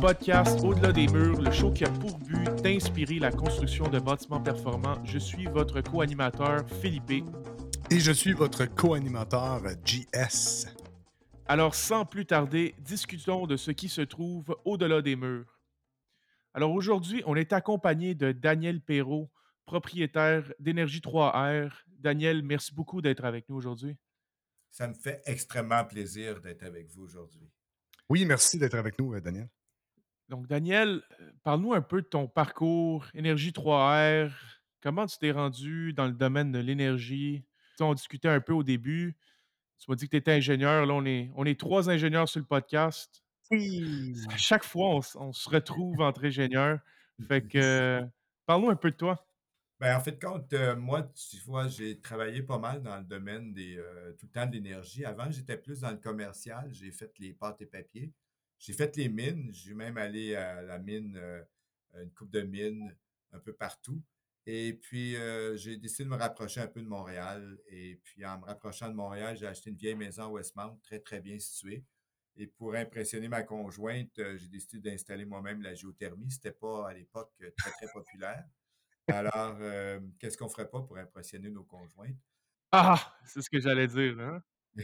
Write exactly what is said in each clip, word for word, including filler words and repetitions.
podcast Au-delà des murs, le show qui a pour but d'inspirer la construction de bâtiments performants. Je suis votre co-animateur Philippe. Et je suis votre co-animateur J S. Alors sans plus tarder, discutons de ce qui se trouve au-delà des murs. Alors aujourd'hui, on est accompagné de Daniel Perrault, propriétaire d'Énergie trois R. Daniel, merci beaucoup d'être avec nous aujourd'hui. Ça me fait extrêmement plaisir d'être avec vous aujourd'hui. Oui, merci d'être avec nous, Daniel. Donc, Daniel, euh, parle-nous un peu de ton parcours, Énergie trois R. Comment tu t'es rendu dans le domaine de l'énergie? Tu sais, on discutait un peu au début. Tu m'as dit que tu étais ingénieur. Là, on est, on est trois ingénieurs sur le podcast. À Oui. chaque fois, on, s- on se retrouve entre ingénieurs. Fait que, euh, parle-nous un peu de toi. Ben, en fait, compte, euh, moi, tu vois, j'ai travaillé pas mal dans le domaine des euh, tout le temps de l'énergie. Avant, j'étais plus dans le commercial. J'ai fait les pâtes et papiers. J'ai fait les mines. J'ai même allé à la mine, euh, une coupe de mines un peu partout. Et puis, euh, j'ai décidé de me rapprocher un peu de Montréal. Et puis, en me rapprochant de Montréal, j'ai acheté une vieille maison à Westmount, très, très bien située. Et pour impressionner ma conjointe, euh, j'ai décidé d'installer moi-même la géothermie. C'était pas à l'époque euh, très, très populaire. Alors, euh, qu'est-ce qu'on ferait pas pour impressionner nos conjointes? Ah! C'est ce que j'allais dire, hein?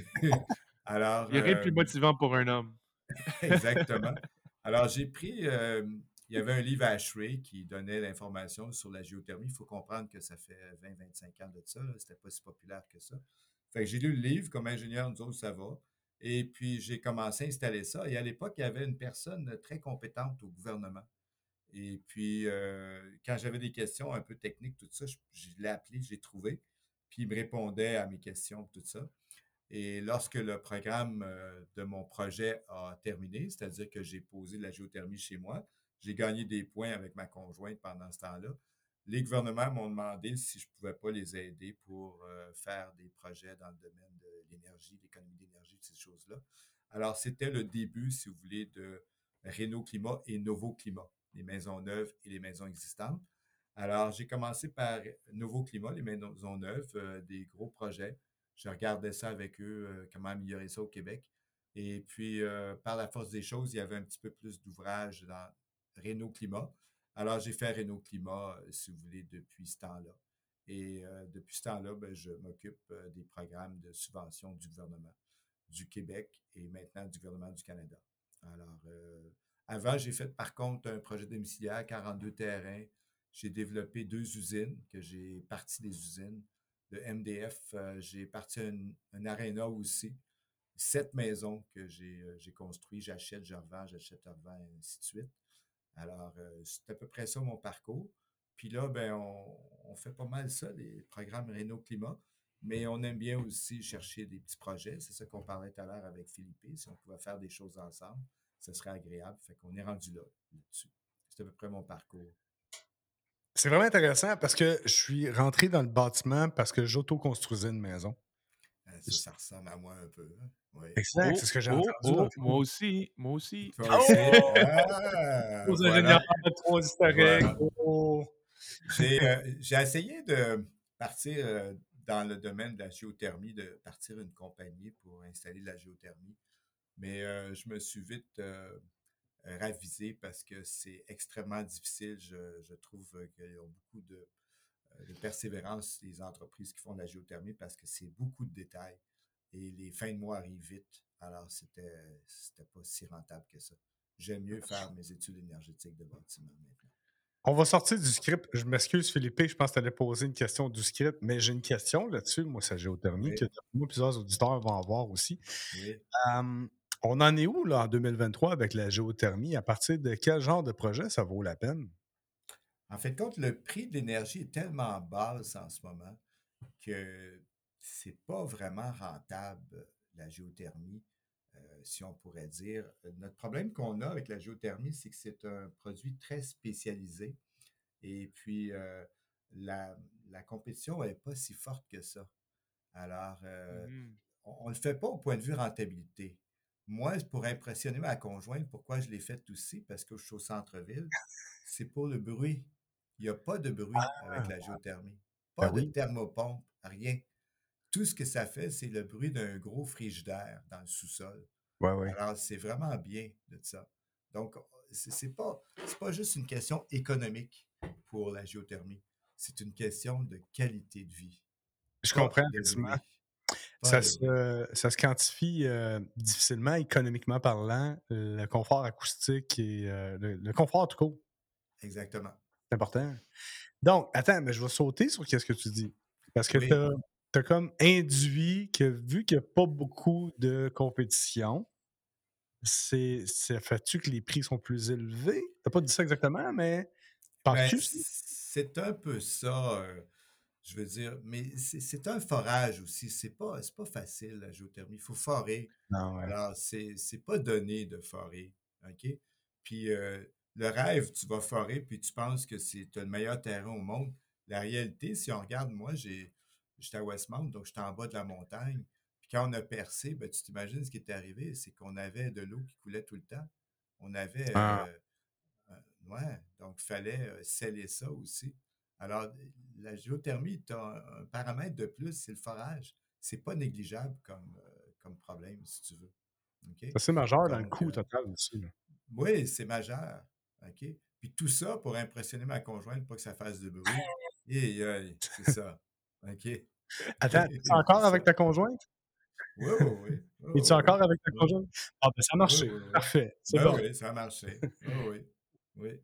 Alors, Il n'y a rien de euh, plus motivant pour un homme. exactement. Alors, j'ai pris, euh, il y avait un livre à Ashray qui donnait l'information sur la géothermie. Il faut comprendre que ça fait vingt à vingt-cinq ans de ça. Là. C'était pas si populaire que ça. Fait que j'ai lu le livre, comme ingénieur, nous autres, ça va. Et puis, j'ai commencé à installer ça. Et à l'époque, il y avait une personne très compétente au gouvernement. Et puis, euh, quand j'avais des questions un peu techniques, tout ça, je, je l'ai appelé, je l'ai trouvé. Puis, il me répondait à mes questions, tout ça. Et lorsque le programme euh, de mon projet a terminé, c'est-à-dire que j'ai posé de la géothermie chez moi, j'ai gagné des points avec ma conjointe pendant ce temps-là. Les gouvernements m'ont demandé si je ne pouvais pas les aider pour euh, faire des projets dans le domaine de l'énergie, l'économie d'énergie, ces choses-là. Alors, c'était le début, si vous voulez, de Réno Climat et Novo Climat, les maisons neuves et les maisons existantes. Alors, j'ai commencé par Novo Climat, les maisons neuves, euh, des gros projets. Je regardais ça avec eux, euh, comment améliorer ça au Québec. Et puis, euh, par la force des choses, il y avait un petit peu plus d'ouvrages dans Réno Climat. Alors, j'ai fait Réno Climat, euh, si vous voulez, depuis ce temps-là. Et euh, depuis ce temps-là, ben, je m'occupe euh, des programmes de subvention du gouvernement du Québec et maintenant du gouvernement du Canada. Alors, euh, avant, j'ai fait par contre un projet domiciliaire, quarante-deux terrains. J'ai développé deux usines, que j'ai parti des usines. Le M D F, euh, j'ai parti un, un aréna aussi. Sept maisons que j'ai euh, j'ai construit. J'achète, je revends, j'achète, je revends, et ainsi de suite. Alors, euh, c'est à peu près ça mon parcours. Puis là, ben, on, on fait pas mal ça, les programmes Réno Climat, mais on aime bien aussi chercher des petits projets. C'est ça qu'on parlait tout à l'heure avec Philippe. Si on pouvait faire des choses ensemble, ce serait agréable. Fait qu'on est rendu là, là-dessus. C'est à peu près mon parcours. C'est vraiment intéressant parce que je suis rentré dans le bâtiment parce que j'auto-construisais une maison. Euh, Ça, ça ressemble à moi un peu. Hein? Oui. Exact, c'est Oh, ce que j'ai oh, entendu dans le oh, fond. moi aussi, moi aussi. Toi aussi. Oh! Ah, Trois ingénieurs, voilà. trois historiques. Voilà. Oh! J'ai euh, j'ai essayé de partir euh, dans le domaine de la géothermie, de partir une compagnie pour installer de la géothermie, mais euh, je me suis vite euh, ravisé parce que c'est extrêmement difficile. Je, je trouve euh, qu'il y a beaucoup de, euh, de persévérance les entreprises qui font de la géothermie parce que c'est beaucoup de détails et les fins de mois arrivent vite. Alors, c'était c'était pas si rentable que ça. J'aime mieux faire mes études énergétiques de bâtiment maintenant. On va sortir du script. Je m'excuse, Philippe, je pense que tu allais poser une question du script, mais j'ai une question là-dessus, moi, sa géothermie, Oui, que moi, plusieurs auditeurs vont avoir aussi. oui. Euh, on en est où là en deux mille vingt-trois avec la géothermie? À partir de quel genre de projet ça vaut la peine? En fait, compte, le prix de l'énergie est tellement bas en ce moment que c'est pas vraiment rentable, la géothermie, euh, si on pourrait dire. Euh, Notre problème qu'on a avec la géothermie, c'est que c'est un produit très spécialisé et puis euh, la, la compétition n'est pas si forte que ça. Alors, euh, Mhm. on ne le fait pas au point de vue rentabilité. Moi, pour impressionner ma conjointe, pourquoi je l'ai fait aussi, parce que je suis au centre-ville, c'est pour le bruit. Il n'y a pas de bruit avec Ah, la géothermie. ben Pas de oui. thermopompe, rien. Tout ce que ça fait, c'est le bruit d'un gros frigidaire dans le sous-sol. Ouais, ouais. Alors, c'est vraiment bien de ça. Donc, c'est c'est pas, c'est pas juste une question économique pour la géothermie. C'est une question de qualité de vie, Je pas comprends de effectivement. bruit. Pas Ça de bruit. se ça se quantifie, heu, difficilement économiquement parlant, le confort acoustique et heu, le le confort tout court, Exactement. c'est important. Donc, attends, mais je vais sauter sur qu'est-ce que tu dis. Parce que tu Oui, as comme induit que vu qu'il y a pas beaucoup de compétition, c'est ça fait-tu que les prix sont plus élevés? Tu pas dit ça exactement, mais ben, penses-tu ça? c'est un peu ça, heu, je veux dire, mais c'est c'est un forage aussi. C'est pas c'est pas facile la géothermie. Il faut forer. Non, ouais. Alors, c'est c'est pas donné de forer, OK? Puis, heu, le rêve, tu vas forer, puis tu penses que c'est tu le meilleur terrain au monde. La réalité, si on regarde, moi, j'ai j'étais à Westmount, donc j'étais en bas de la montagne. Puis quand on a percé, ben, tu t'imagines ce qui est arrivé, c'est qu'on avait de l'eau qui coulait tout le temps. On avait, Ah, heu, heu ouais, donc il fallait, heu, sceller ça aussi. Alors, la géothermie, tu as un un paramètre de plus, c'est le forage. C'est pas négligeable comme, heu, comme problème, si tu veux. OK? c'est assez majeur dans le Donc, coût heu, total aussi, là. oui, c'est majeur. OK? Puis tout ça pour impressionner ma conjointe, pas que ça fasse de bruit. Aïe, aïe, c'est ça. OK? Attends, es-tu C'est encore avec ça. ta conjointe? Oui, oui, oui. Oui, Es-tu oui, encore avec ta oui. conjointe? Ah, ben, ça a Oui, marché. oui, oui. Parfait, c'est Ben bon. oui, ça a marché. Oui, oui. Oui.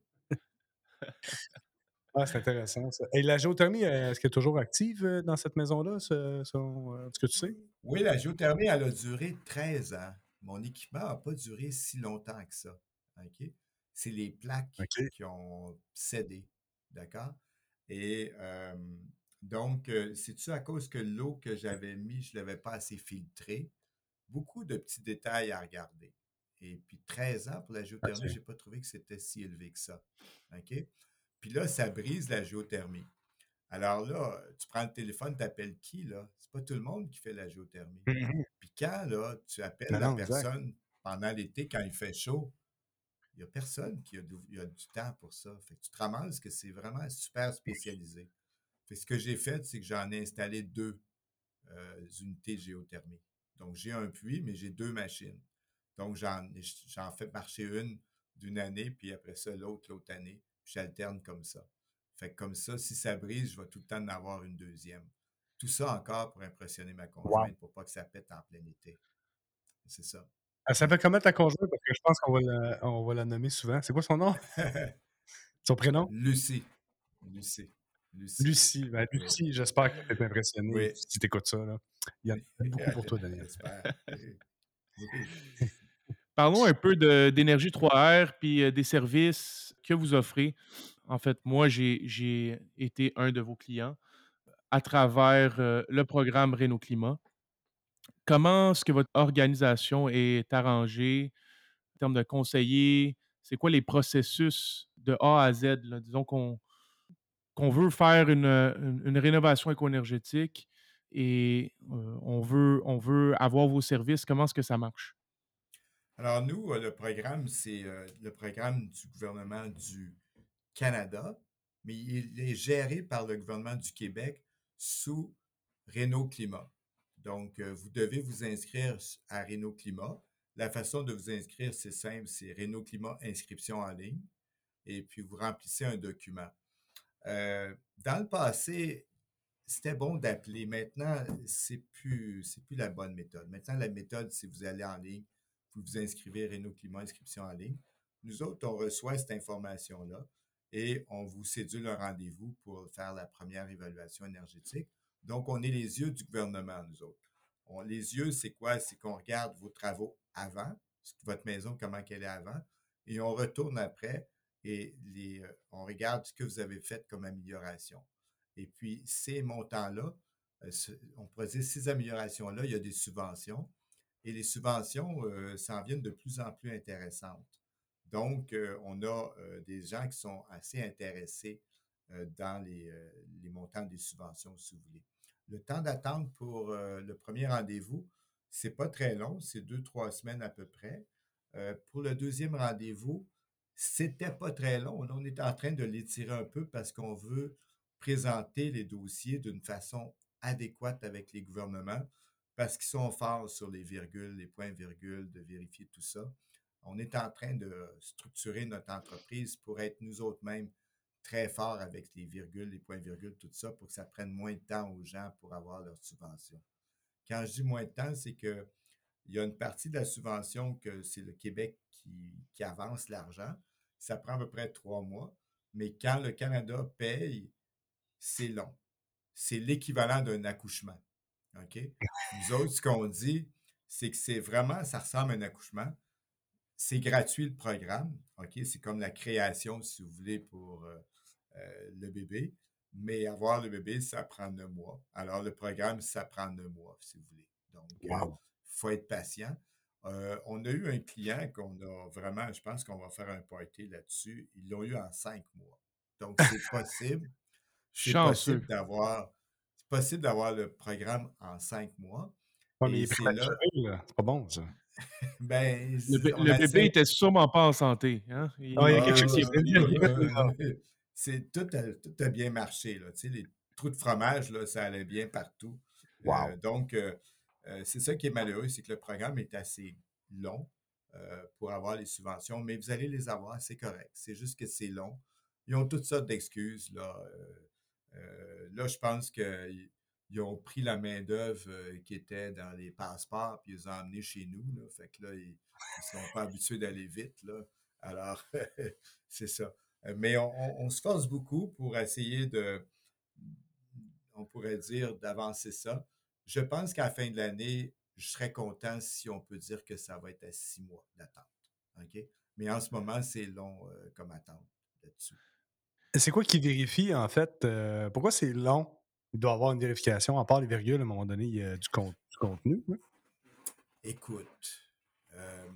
Ah, c'est intéressant ça. Et la géothermie, heu, est-ce qu'elle est toujours active, heu, dans cette maison-là, se selon, heu, ce que tu sais? Oui, la géothermie, elle a duré treize ans. Mon équipement n'a pas duré si longtemps que ça. OK? C'est les plaques OK. qui ont cédé. D'accord? Et euh, donc, euh, c'est-tu à cause que l'eau que j'avais mis, je ne l'avais pas assez filtrée? Beaucoup de petits détails à regarder. Et puis, treize ans pour la géothermie, OK. je n'ai pas trouvé que c'était si élevé que ça. OK? Puis là, ça brise la géothermie. Alors là, tu prends le téléphone, tu appelles qui, là? C'est pas tout le monde qui fait la géothermie. Mmh mh. Puis quand, là, tu appelles Non, la non, exact. personne pendant l'été, quand il fait chaud, il y a personne qui a du, il y a du temps pour ça. Fait que tu te ramasses que c'est vraiment super spécialisé. Fait que ce que j'ai fait, c'est que j'en ai installé deux euh, unités de géothermie. Donc, j'ai un puits, mais j'ai deux machines. Donc, j'en, j'en fais marcher une d'une année, puis après ça, l'autre, l'autre année. Puis j'alterne comme ça. Fait que comme ça, si ça brise, je vais tout le temps en avoir une deuxième. Tout ça encore pour impressionner ma Wow. conjointe, pour pas que ça pète en plein été. C'est ça. Elle s'appelle comment ta conjointe? Parce que je pense qu'on va la on va la nommer souvent. C'est quoi son nom? Son prénom? Lucie. Lucie. Lucie. Lucie. Ben, Oui. Lucie, j'espère qu'elle est impressionnée Oui. si tu écoutes ça, là. Il y en a beaucoup pour toi, Daniel. J'espère. Oui. Parlons un peu de d'énergie trois R puis, heu, des services que vous offrez. En fait, moi, j'ai j'ai été un de vos clients à travers, heu, le programme Réno Climat. Comment est-ce que votre organisation est arrangée en termes de conseillers? C'est quoi les processus de A à Z, là? Disons qu'on qu'on veut faire une, heu, une une rénovation éco-énergétique et heu, on veut on veut avoir vos services. Comment est-ce que ça marche? Alors nous, euh, le programme, c'est euh, le programme du gouvernement du Canada, mais il est géré par le gouvernement du Québec sous Renault Climat. Donc, euh, vous devez vous inscrire à Renault Climat. La façon de vous inscrire, c'est simple, c'est Renault Climat inscription en ligne. Et puis, vous remplissez un document. Euh, dans le passé, c'était bon d'appeler. Maintenant, c'est plus, c'est plus la bonne méthode. Maintenant, la méthode, c'est vous allez en ligne, vous vous inscrivez Renault Climat inscription en ligne. Nous autres, on reçoit cette information-là et on vous sédule un rendez-vous pour faire la première évaluation énergétique. Donc, on est les yeux du gouvernement, nous autres. On, les yeux, c'est quoi? C'est qu'on regarde vos travaux avant, votre maison, comment qu'elle est avant, et on retourne après et les, euh, on regarde ce que vous avez fait comme amélioration. Et puis, ces montants-là, euh, on pourrait dire ces améliorations-là, il y a des subventions. Et les subventions euh, s'en viennent de plus en plus intéressantes. Donc, euh, on a euh, des gens qui sont assez intéressés euh, dans les, euh, les montants des subventions, si vous voulez. Le temps d'attente pour euh, le premier rendez-vous, c'est pas très long, c'est deux, trois semaines à peu près. Euh, pour le deuxième rendez-vous, c'était pas très long. On est en train de l'étirer un peu parce qu'on veut présenter les dossiers d'une façon adéquate avec les gouvernements parce qu'ils sont forts sur les virgules, les points-virgules, de vérifier tout ça. on est en train de structurer notre entreprise pour être nous autres mêmes très forts avec les virgules, les points-virgules, tout ça, pour que ça prenne moins de temps aux gens pour avoir leur subvention. Quand je dis moins de temps, c'est que il y a une partie de la subvention que c'est le Québec qui, qui avance l'argent. Ça prend à peu près trois mois. Mais quand le Canada paye, c'est long. C'est l'équivalent d'un accouchement. OK? Nous autres, ce qu'on dit, c'est que c'est vraiment, ça ressemble à un accouchement. C'est gratuit le programme. OK? C'est comme la création, si vous voulez, pour euh, euh, le bébé. Mais avoir le bébé, ça prend neuf mois. Alors, le programme, ça prend neuf mois, si vous voulez. Donc, il euh, Wow. faut être patient. Euh, on a eu un client qu'on a vraiment, je pense qu'on va faire un party là-dessus. Ils l'ont eu en cinq mois. Donc, c'est possible. C'est Chanceux. possible d'avoir, c'est possible d'avoir le programme en cinq mois. Ouais, mais il Et est c'est là, prématuré, là. C'est pas bon, ça. ben, Le bé on le bébé essaie. était sûrement pas en santé, hein? Ah, il y a Il quelque chose qui est Euh, il y a quelque chose qui est bizarre. euh, c'est tout a, tout a bien marché, là. Tu sais, les trous de fromage, là, ça allait bien partout. Euh, Wow. donc, euh, euh, c'est ça qui est malheureux, c'est que le programme est assez long euh, pour avoir les subventions, mais vous allez les avoir, c'est correct. C'est juste que c'est long. Ils ont toutes sortes d'excuses, là. Euh, euh, là, je pense qu'ils ils ont pris la main-d'œuvre euh, qui était dans les passeports, puis ils les ont emmenés chez nous, là. Fait que là, ils ne sont pas habitués d'aller vite, là. Alors, c'est ça. Euh, Mais on, on- on se force beaucoup pour essayer de, on pourrait dire, d'avancer ça. Je pense qu'à la fin de l'année, je serais content si on peut dire que ça va être à six mois d'attente. OK? Mais en ce moment, c'est long euh, comme attente là-dessus. C'est quoi qui vérifie, en fait? Heu, pourquoi c'est long? Il doit y avoir une vérification, à part les virgules, à un moment donné, il y a du con du contenu, là? Écoute, euh,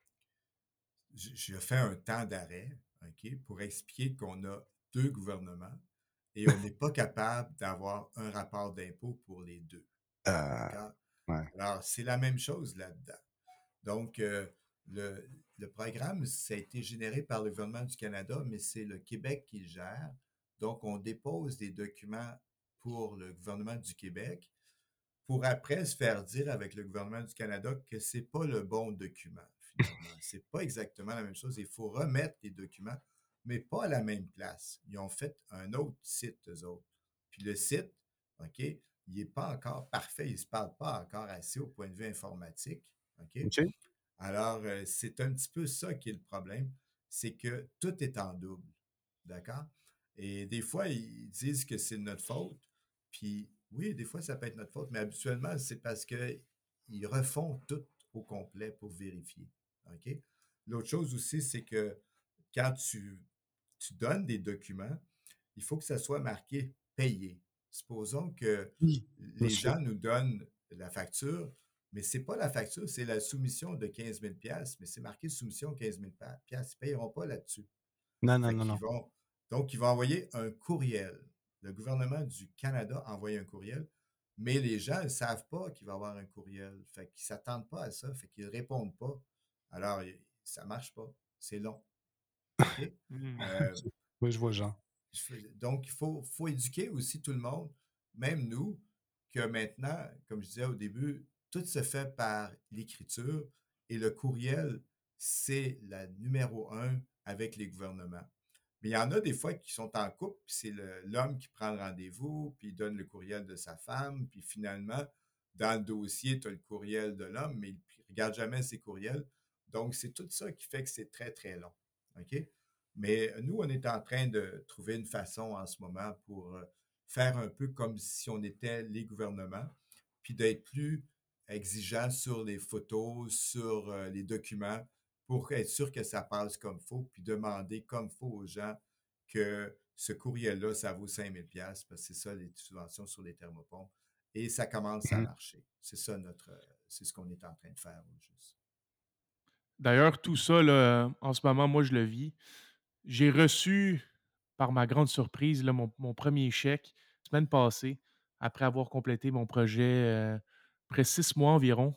je, je fais un temps d'arrêt, OK, pour expliquer qu'on a deux gouvernements et on n'est pas capable d'avoir un rapport d'impôt pour les deux. Heu, D'accord? ouais. Alors, c'est la même chose là-dedans. Donc, euh, le, le programme, ça a été généré par le gouvernement du Canada, mais c'est le Québec qui le gère. Donc, on dépose des documents pour le gouvernement du Québec pour après se faire dire avec le gouvernement du Canada que c'est pas le bon document, finalement. C'est pas exactement la même chose. Il faut remettre les documents, mais pas à la même place. Ils ont fait un autre site, eux autres. Puis le site, OK, il n'est pas encore parfait. Il ne se parle pas encore assez au point de vue informatique. OK? OK. Alors, euh, c'est un petit peu ça qui est le problème, c'est que tout est en double, d'accord? Et des fois, ils disent que c'est de notre faute, puis oui, des fois, ça peut être notre faute, mais habituellement, c'est parce qu'ils refont tout au complet pour vérifier, OK? L'autre chose aussi, c'est que quand tu, tu donnes des documents, il faut que ça soit marqué payé. Supposons que Oui, je me les souviens. gens nous donnent la facture, mais c'est pas la facture, c'est la soumission de quinze mille pièces, mais c'est marqué soumission quinze mille pièces. Ils ne payeront pas là-dessus. Non, non, Fait non, qu'ils non. vont, donc, ils vont envoyer un courriel. Le gouvernement du Canada a envoyé un courriel, mais les gens ne savent pas qu'il va y avoir un courriel. Fait qu'ils ne s'attendent pas à ça. Fait qu'ils ne répondent pas. Alors, ça ne marche pas. C'est long. OK? Mmh. Euh, Oui, je vois le genre. donc, il faut, faut éduquer aussi tout le monde, même nous, que maintenant, comme je disais au début, tout se fait par l'écriture et le courriel, c'est la numéro un avec les gouvernements. Mais il y en a des fois qui sont en couple, puis c'est le- l'homme qui prend le rendez-vous, puis il donne le courriel de sa femme, puis finalement, dans le dossier, tu as le courriel de l'homme, mais il ne regarde jamais ses courriels. Donc, c'est tout ça qui fait que c'est très, très long. OK? Mais nous, on est en train de trouver une façon en ce moment pour euh, faire un peu comme si on était les gouvernements, puis d'être plus exigeant sur les photos, sur euh, les documents, pour être sûr que ça passe comme il faut, puis demander comme il faut aux gens que ce courriel-là, ça vaut cinq mille pièces parce que c'est ça les subventions sur les thermopompes. Et ça commence à Mmh. marcher. C'est ça notre, euh, c'est ce qu'on est en train de faire au juste. D'ailleurs, tout ça, là, en ce moment, moi, je le vis. J'ai reçu, par ma grande surprise, là, mon mon premier chèque semaine passée, après avoir complété mon projet, heu, après six mois environ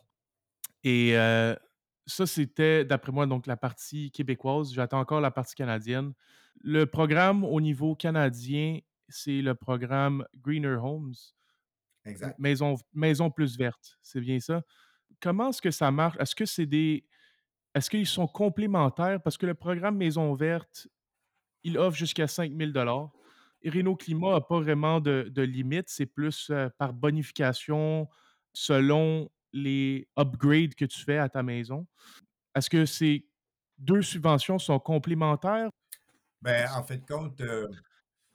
et heu, ça, c'était, d'après moi, donc la partie québécoise. J'attends encore la partie canadienne. Le programme au niveau canadien, c'est le programme Greener Homes, M Exact. maison maison plus verte, c'est bien ça? Comment est-ce que ça marche? Est-ce que c'est des est-ce qu'ils sont complémentaires? Parce que le programme Maison verte, il offre jusqu'à cinq mille dollars. Et Réno Climat a pas vraiment de de limite, c'est plus, heu, par bonification selon les upgrades que tu fais à ta maison. Est-ce que ces deux subventions sont complémentaires? Ben, en fin de compte, heu,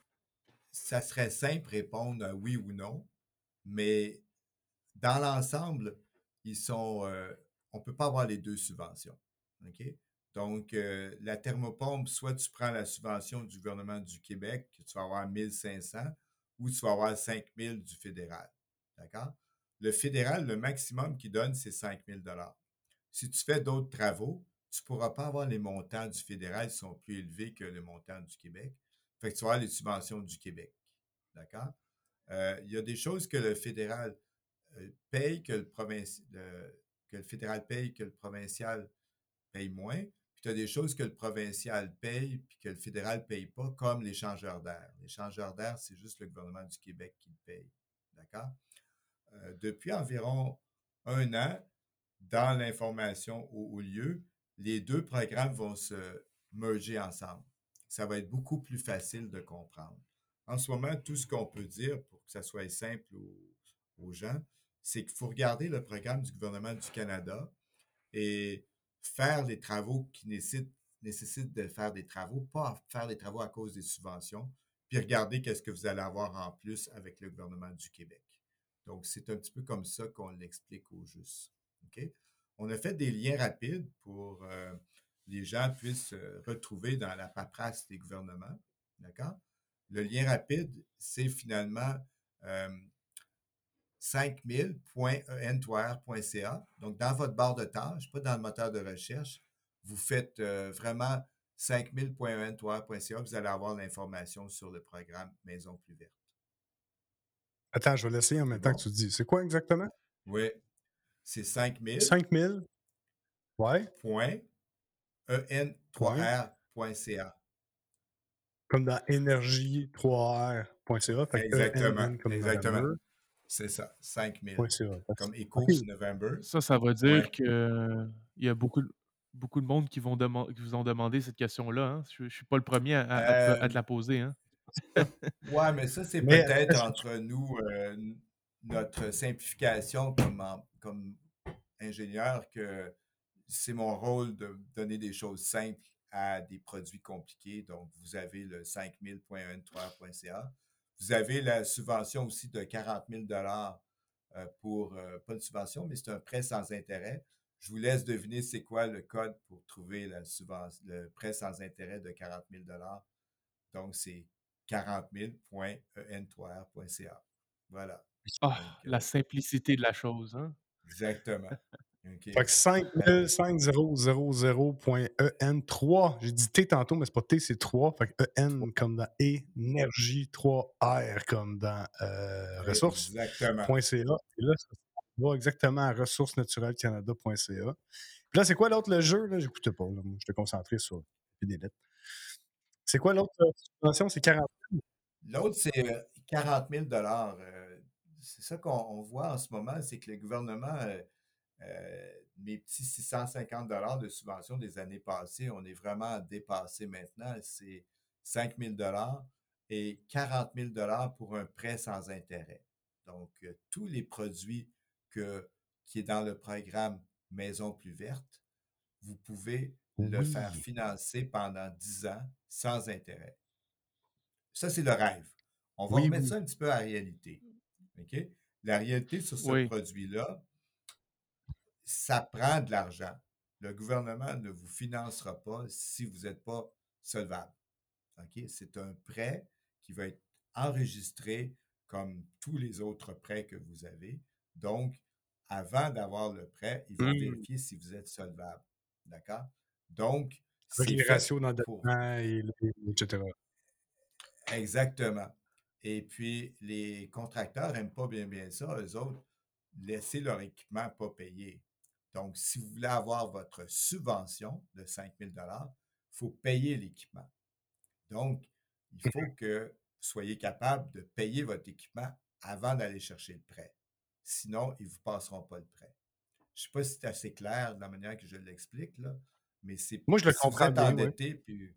ça serait simple répondre, heu, oui ou non, mais dans l'ensemble, ils sont, heu, on peut pas avoir les deux subventions, OK? Donc, heu, la thermopompe, soit tu prends la subvention du gouvernement du Québec, que tu vas avoir mille cinq cents ou tu vas avoir cinq mille du fédéral, d'accord? Le fédéral, le maximum qu'il donne, c'est cinq mille dollars. Si tu fais d'autres travaux, tu pourras pas avoir les montants du fédéral, qui sont plus élevés que le montant du Québec. Fait que tu vas avoir les subventions du Québec, d'accord? Heu, il y a des choses que le fédéral euh, paye que le, provinci- le- que le fédéral paye, que le provincial paye moins. Puis tu as des choses que le provincial paye puis que le fédéral paye pas, comme les changeurs d'air. Les changeurs d'air, c'est juste le gouvernement du Québec qui le paye. D'accord? Euh, depuis environ un an, dans l'information au, au lieu, les deux programmes vont se merger ensemble. Ça va être beaucoup plus facile de comprendre. En ce moment, tout ce qu'on peut dire pour que ça soit simple aux, aux gens, c'est qu'il faut regarder le programme du gouvernement du Canada et faire les travaux qui nécessitent, nécessitent de faire des travaux, pas faire des travaux à cause des subventions, puis regarder qu'est-ce que vous allez avoir en plus avec le gouvernement du Québec. Donc, c'est un petit peu comme ça qu'on l'explique au juste. OK? On a fait des liens rapides pour euh, les gens puissent euh, retrouver dans la paperasse des gouvernements. D'accord? Le lien rapide, c'est finalement euh, cinq mille point e n trois r point c a. Donc, dans votre barre de tâches, pas dans le moteur de recherche, vous faites euh, vraiment cinq mille point e n trois r point c a, vous allez avoir l'information sur le programme Maison plus verte. Attends, je vais l'essayer en C'est même temps que bon? tu dis. C'est quoi exactement? Oui, c'est cinq mille cinq mille? Ouais. point Point. e n trois r point c a. Comme dans énergie trois r point c a. Fait que E N Exactement, N comme exactement. November. C'est ça, cinq mille. Point C A. Comme OK. Echo du November. Ça, ça veut dire Point. que il y a beaucoup de beaucoup de monde qui vont deman qui vous ont demandé cette question-là, hein? Je je suis pas le premier à à à te à Euh, te la poser, hein? ouais, mais ça, c'est Mais peut-être est-ce que tu entre nous, euh, n- notre simplification comme, en- comme ingénieur, que c'est mon rôle de donner des choses simples à des produits compliqués. Donc, vous avez le cinq mille point e n trois r point c a. Vous avez la subvention aussi de quarante mille dollars euh, pour, euh, pas une subvention, mais c'est un prêt sans intérêt. Je vous laisse deviner c'est quoi le code pour trouver la subvention, le prêt sans intérêt de quarante mille dollars. Donc, c'est quarante mille point e n trois r point c a. Voilà. Ah, Donc, la euh, simplicité de la chose, hein? exactement. OK. fait que cinq mille cinq mille point E N trois. J'ai dit T tantôt, mais c'est pas T, c'est trois. Fait que E N comme dans énergie, trois R comme dans euh, ressources. Exactement. Point C A. Et là, ça va exactement à ressources naturelles canada point c a. Puis là, c'est quoi l'autre, le jeu? Là? J'écoutais pas. Là. Moi, j'étais concentré sur des lettres. C'est quoi l'autre euh, subvention? C'est quarante. L'autre, c'est euh, quarante mille dollars. Euh, c'est ça qu'on on voit en ce moment, c'est que le gouvernement, euh, euh, mes petits six cent cinquante dollars de subvention des années passées, on est vraiment dépassé maintenant. C'est cinq mille dollars et quarante mille dollars pour un prêt sans intérêt. Donc, euh, tous les produits que, qui est dans le programme Maison plus verte, vous pouvez le faire Oui. financer pendant dix ans sans intérêt. Ça, c'est le rêve. On va Oui, remettre oui. ça un petit peu à la réalité. OK? La réalité sur ce Oui. produit-là, ça prend de l'argent. Le gouvernement ne vous financera pas si vous n'êtes pas solvable. OK? C'est un prêt qui va être enregistré comme tous les autres prêts que vous avez. Donc, avant d'avoir le prêt, ils vont Mmh. vérifier si vous êtes solvable. D'accord? Donc, Avec c'est les fait ratios pour d'endettement et, les- et cetera. exactement. Et puis, les contracteurs n'aiment pas bien bien ça. Eux autres, laisser leur équipement pas payé. Donc, si vous voulez avoir votre subvention de cinq mille dollars, il faut payer l'équipement. Donc, il faut que vous soyez capable de payer votre équipement avant d'aller chercher le prêt. Sinon, ils ne vous passeront pas le prêt. Je sais pas si c'est assez clair de la manière que je l'explique, là, mais c'est Moi, je le si vous comprends êtes bien, oui. endetté, puis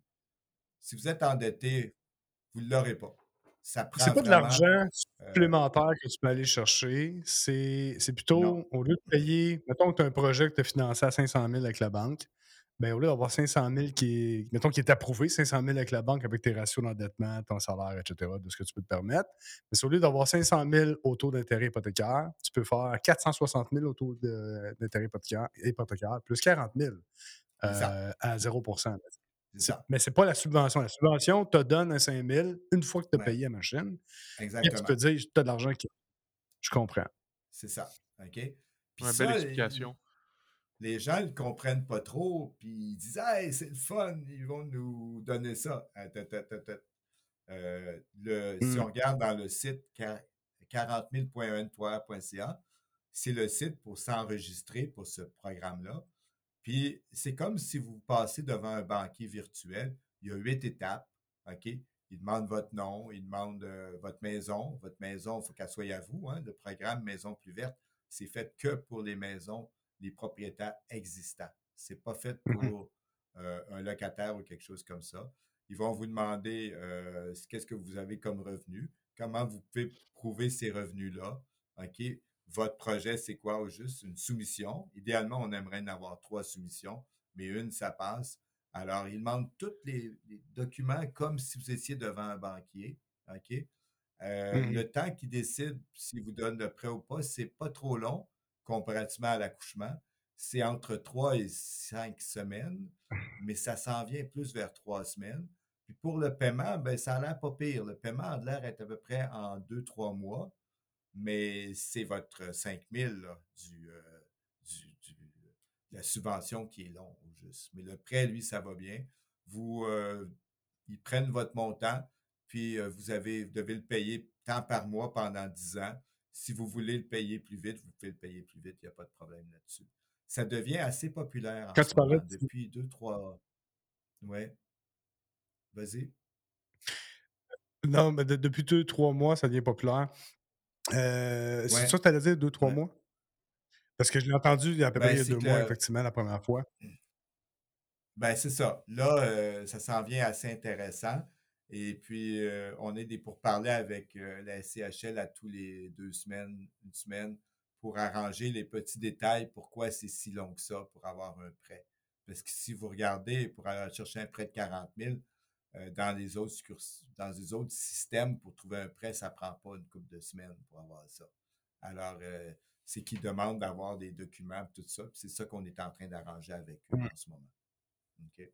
si vous êtes endetté, vous ne l'aurez pas. Ça C'est prend pas de vraiment, l'argent heu supplémentaire que tu peux aller chercher, c'est c'est non, plutôt au lieu de payer mettons que tu as un projet que tu as financé à cinq cent mille avec la banque, ben, au lieu d'avoir cinq cent mille qui est mettons qui est approuvé, cinq cent mille avec la banque avec tes ratios d'endettement, ton salaire et cetera, de ce que tu peux te permettre. Mais c'est au lieu d'avoir cinq cent mille au taux d'intérêt hypothécaire, tu peux faire quatre cent soixante mille au taux de d'intérêt hypothécaire hypothécaire plus quarante mille, c'est ça, heu, à zéro pour cent. c'est C'est ça. mais c'est pas la subvention. La subvention te donne un cinq mille une fois que tu as Ouais, payé la machine. Puis tu peux exactement, dire: «Tu as de l'argent qui» je comprends. c'est ça, OK? Puis Ouais, belle ça, les explication. les gens ne comprennent pas trop, puis ils disent: «Hey, c'est le fun, ils vont nous donner ça». Attends, attends, attends. Heu, le si Mmh. on regarde dans le site qua quarante mille point un toit point c a, c'est le site pour s'enregistrer pour ce programme-là. Puis c'est comme si vous passez devant un banquier virtuel. Il y a huit étapes, OK? Il demande votre nom, il demande, heu, votre maison. Votre maison, il faut qu'elle soit à vous, hein. Le programme Maison plus verte, c'est fait que pour les maisons, les propriétaires existants. C'est pas fait Mmh mh. pour, heu, un locataire ou quelque chose comme ça. Ils vont vous demander, heu, qu'est-ce que vous avez comme revenu, comment vous pouvez prouver ces revenus-là, OK? Votre projet, c'est quoi au juste? Une soumission. Idéalement, on aimerait en avoir trois soumissions, mais une, ça passe. Alors, il demande tous les, les documents comme si vous étiez devant un banquier. OK? Euh, Mmh. le temps qu'il décide s'il vous donne le prêt ou pas, c'est pas trop long comparativement à l'accouchement. C'est entre trois et cinq semaines, mais ça s'en vient plus vers trois semaines. Puis pour le paiement, ben, ça a l'air pas pire. Le paiement a l'air d'être à peu près en deux, trois mois, mais c'est votre cinq mille là, du, euh, du, du- de la subvention qui est long, au juste. Mais le prêt, lui, ça va bien. Vous, euh, ils prennent votre montant, puis euh, vous avez, vous devez le payer tant par mois pendant dix ans. Si vous voulez le payer plus vite, vous pouvez le payer plus vite, il n'y a pas de problème là-dessus. Ça devient assez populaire en Quand ce tu parlais moment, de depuis deux, trois. Ouais, vas-y. non, mais de depuis deux trois mois, ça devient populaire. Heu, c'est ça Ouais, que tu allais dire deux trois ouais. mois? Parce que je l'ai entendu il y a à peu près Ben, il y a c'est deux que mois le, effectivement la première fois. Ben, c'est ça. Là, euh, ça s'en vient assez intéressant. Et puis, euh, on est des pourparlers avec euh, la C H L à tous les deux semaines, une semaine, pour arranger les petits détails, pourquoi c'est si long que ça pour avoir un prêt. Parce que si vous regardez, pour aller chercher un prêt de quarante mille, euh, dans les autres succurs- dans les autres systèmes, pour trouver un prêt, ça prend pas une couple de semaines pour avoir ça. Alors, euh, c'est qu'ils demandent d'avoir des documents, et tout ça. Puis c'est ça qu'on est en train d'arranger avec eux Mmh. en ce moment. OK?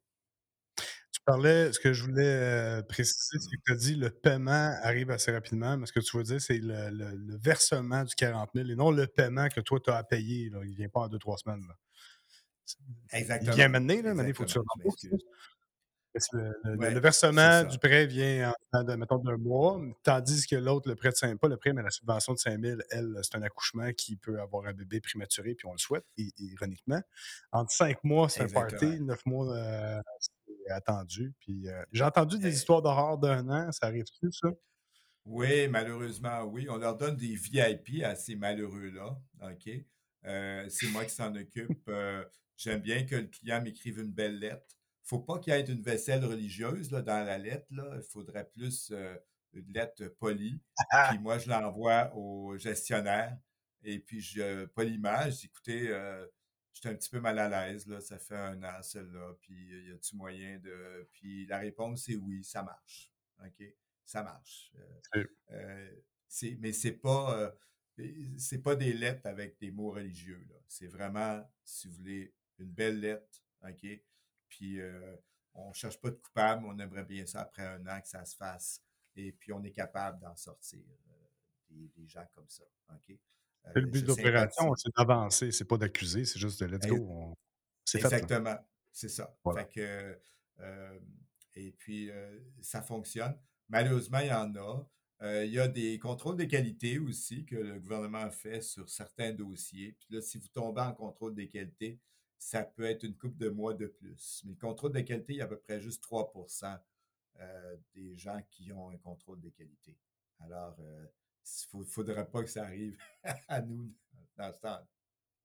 Tu parlais ce que je voulais, heu, préciser, c'est que Mhm. tu as dit: «Le paiement arrive assez rapidement», mais ce que tu veux dire, c'est le le le versement du quarante mille et non le paiement que toi tu as à payer là, il vient pas en deux trois semaines là. C'est il vient Exactement, maintenant là, maintenant il faut que tu exactement, le je rembourses, là. m'excuse. Parce que le le le Ouais, c'est versement du ça. prêt vient en de mettons d'un mois, tandis que l'autre, le prêt de cinq pas le prêt, mais la subvention de cinq mille, elle, c'est un accouchement qui peut avoir un bébé prématuré, puis on le souhaite, i ironiquement. Entre cinq mois, c'est un Exactement. party, neuf mois, heu, c'est attendu, puis, heu, j'ai entendu des Eh, histoires d'horreur d'un an, ça arrive-tu ça? oui, malheureusement, oui. On leur donne des V I P à ces malheureux-là, OK? Euh, c'est moi qui s'en occupe. Euh, j'aime bien que le client m'écrive une belle lettre. Faut pas qu'il y ait une vaisselle religieuse là, dans la lettre, là. Il faudrait plus euh, une lettre polie. Puis Ah! moi, je l'envoie au gestionnaire. Et puis, je poliment, je dis, écoutez, euh, j'étais un petit peu mal à l'aise, là. Ça fait un an, celle-là. Puis, y a-tu moyen de... Puis la réponse est oui, ça marche. OK? Ça marche. Euh, C'est euh, c'est, mais c'est pas, euh, c'est pas des lettres avec des mots religieux, là. C'est vraiment, si vous voulez, une belle lettre, OK? Puis euh, on cherche pas de coupable, on aimerait bien ça après un an que ça se fasse. Et puis on est capable d'en sortir euh, des, des gens comme ça, OK? c'est le Euh, but je de l'opération, sympathise. c'est d'avancer, c'est pas d'accuser, c'est juste de let's go, on c'est fait là, Exactement, c'est ça. voilà. Fait que, euh, et puis, euh, ça fonctionne. Malheureusement, il y en a. Euh, il y a des contrôles de qualité aussi que le gouvernement a fait sur certains dossiers. Puis là, si vous tombez en contrôle de qualité, ça peut être une couple de mois de plus. Mais le contrôle de qualité, il y a à peu près juste trois pour cent euh, des gens qui ont un contrôle de qualité. Alors, euh, il ne faudrait pas que ça arrive à nous dans ce temps.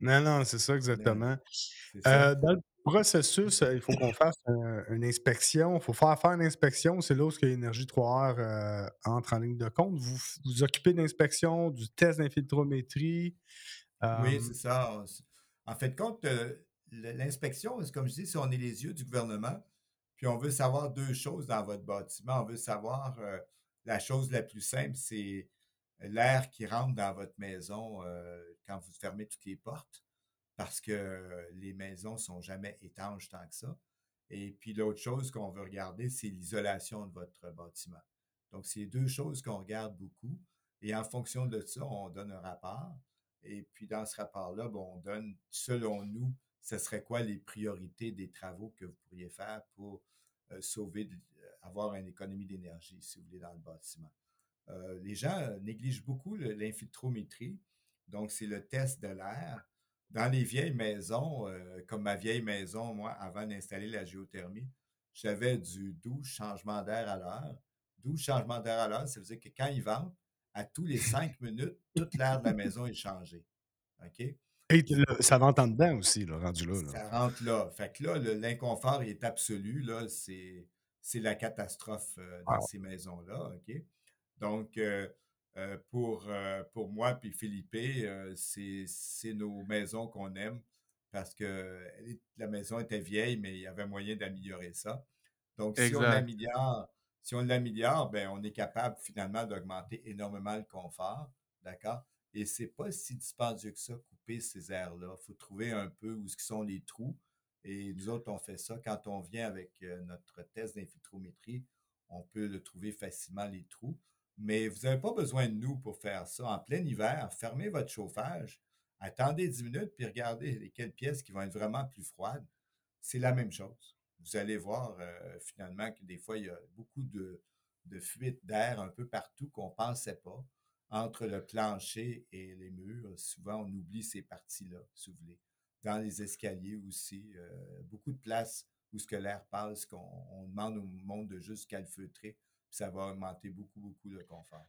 Non, non, c'est ça Non, non, exactement. c'est ça. Heu, dans le processus, heu, il faut qu'on fasse, heu, une inspection. Il faut faire faire une inspection. C'est là où ce que Énergie trois R, heu, entre en ligne de compte. Vous f vous occupez de l'inspection, du test d'infiltrométrie, Oui, hem c'est ça. On s En fait de compte, heu, le l'inspection, c'est comme je dis, c'est on est les yeux du gouvernement, puis on veut savoir deux choses dans votre bâtiment. On veut savoir, heu, la chose la plus simple, c'est l'air qui rentre dans votre maison, heu, quand vous fermez toutes les portes, parce que les maisons sont jamais étanches tant que ça. Et puis l'autre chose qu'on veut regarder, c'est l'isolation de votre bâtiment. Donc, c'est deux choses qu'on regarde beaucoup et en fonction de ça, on donne un rapport et puis dans ce rapport-là, bon, on donne, selon nous, ce serait quoi les priorités des travaux que vous pourriez faire pour, heu, sauver d heu, avoir une économie d'énergie, si vous voulez, dans le bâtiment. Heu, les gens, heu, négligent beaucoup le l'infiltrométrie, donc c'est le test de l'air. Dans les vieilles maisons, heu, comme ma vieille maison, moi, avant d'installer la géothermie, j'avais du douze changements d'air à l'heure. douze changements d'air à l'heure, ça veut dire que quand il vente, à tous les cinq minutes, toute l'air de la maison est changé, OK? et t le ça rentre en dedans aussi là, rendu là, là. Ça rentre là. Fait que là, le l'inconfort est absolu, là, c'est c'est la catastrophe, heu, dans Wow. ces maisons-là, OK? Donc, heu heu, pour, heu, pour moi puis Philippe, heu, c'est c'est nos maisons qu'on aime parce que elle est la maison était vieille, mais il y avait moyen d'améliorer ça. Donc si on Exact. l'améliore si on l'améliore, ben, on est capable finalement d'augmenter énormément le confort, d'accord? Et c'est pas si dispendieux que ça, couper ces aires-là. Il faut trouver un peu où ce qui sont les trous. Et nous autres, on fait ça quand on vient avec euh, notre test d'infiltrométrie. On peut le trouver facilement, les trous. Mais vous n'avez pas besoin de nous pour faire ça. En plein hiver, fermez votre chauffage, attendez dix minutes, puis regardez lesquelles pièces qui vont être vraiment plus froides. C'est la même chose. Vous allez voir euh, finalement que des fois, il y a beaucoup de, de fuites d'air un peu partout qu'on ne pensait pas entre le plancher et les murs. Souvent, on oublie ces parties-là, si vous voulez. Dans les escaliers aussi, euh, beaucoup de places où ce que l'air passe, qu'on on demande au monde de juste calfeutrer, puis ça va augmenter beaucoup, beaucoup le confort.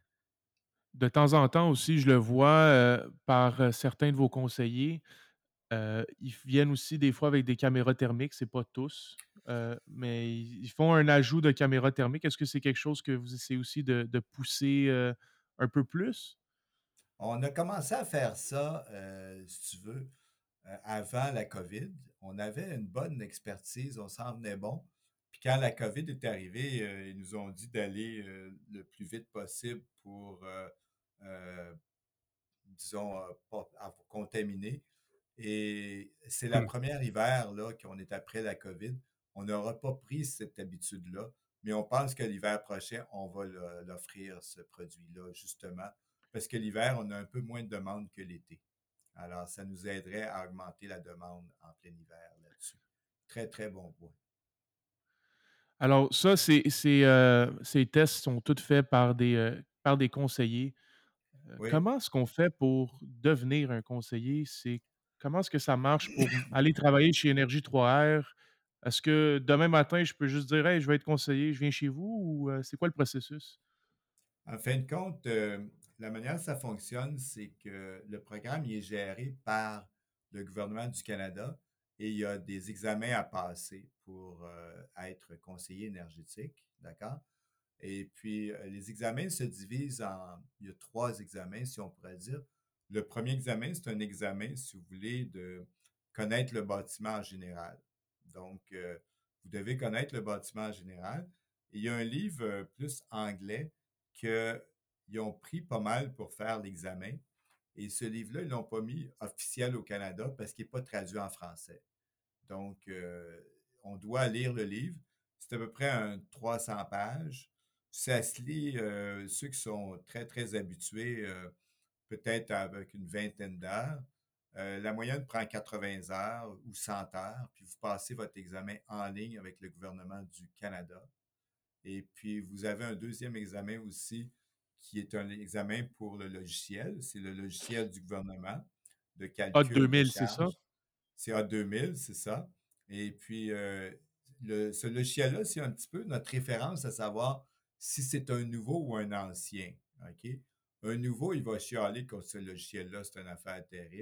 De temps en temps aussi, je le vois, heu, par, heu, certains de vos conseillers, heu, ils viennent aussi des fois avec des caméras thermiques, c'est pas tous, heu, mais ils ils font un ajout de caméras thermiques. Est-ce que c'est quelque chose que vous essayez aussi de de pousser, heu, un peu plus? On a commencé à faire ça, euh, si tu veux, euh, avant la COVID. On avait une bonne expertise, on s'en venait bon. Puis quand la COVID est arrivée, euh, ils nous ont dit d'aller euh, le plus vite possible pour, euh, euh, disons, euh, pas avoir contaminé. Et c'est la Mmh. première hiver là qu'on est après la COVID. On n'aura pas pris cette habitude-là, mais on pense que l'hiver prochain, on va le- l'offrir, ce produit-là, justement, parce que l'hiver, on a un peu moins de demande que l'été. Alors, ça nous aiderait à augmenter la demande en plein hiver là-dessus. Très, très bon point. Alors ça, c'est c'est, heu, ces tests sont tous faits par des, heu, par des conseillers. Heu, Oui. comment est-ce qu'on fait pour devenir un conseiller? C'est comment est-ce que ça marche pour m aller travailler chez Énergie trois R? Est-ce que demain matin, je peux juste dire: «Hey, je veux être conseiller, je viens chez vous» ou, heu, c'est quoi le processus? En fin de compte, euh, la manière que ça fonctionne, c'est que le programme il est géré par le gouvernement du Canada et il y a des examens à passer pour euh, être conseiller énergétique, d'accord? Et puis, euh, les examens se divisent en, il y a trois examens, si on pourrait dire. Le premier examen, c'est un examen, si vous voulez, de connaître le bâtiment en général. Donc, euh, vous devez connaître le bâtiment en général. Et il y a un livre euh, plus anglais qu'ils ont pris pas mal pour faire l'examen. Et ce livre-là, ils l'ont pas mis officiel au Canada parce qu'il n'est pas traduit en français. Donc, euh, on doit lire le livre. C'est à peu près un trois cents pages. Ça se lit, euh, ceux qui sont très, très habitués, euh, peut-être avec une vingtaine d'heures. Euh, la moyenne prend quatre-vingts heures ou cent heures, puis vous passez votre examen en ligne avec le gouvernement du Canada. Et puis, vous avez un deuxième examen aussi, qui est un examen pour le logiciel. C'est le logiciel du gouvernement de Ah, calcul de deux mille, c'est ça? charges. C'est A deux mille, c'est ça. Et puis, euh, le, ce logiciel-là, c'est un petit peu notre référence à savoir si c'est un nouveau ou un ancien. OK? Un nouveau, il va chialer contre ce logiciel-là, c'est une affaire terrible.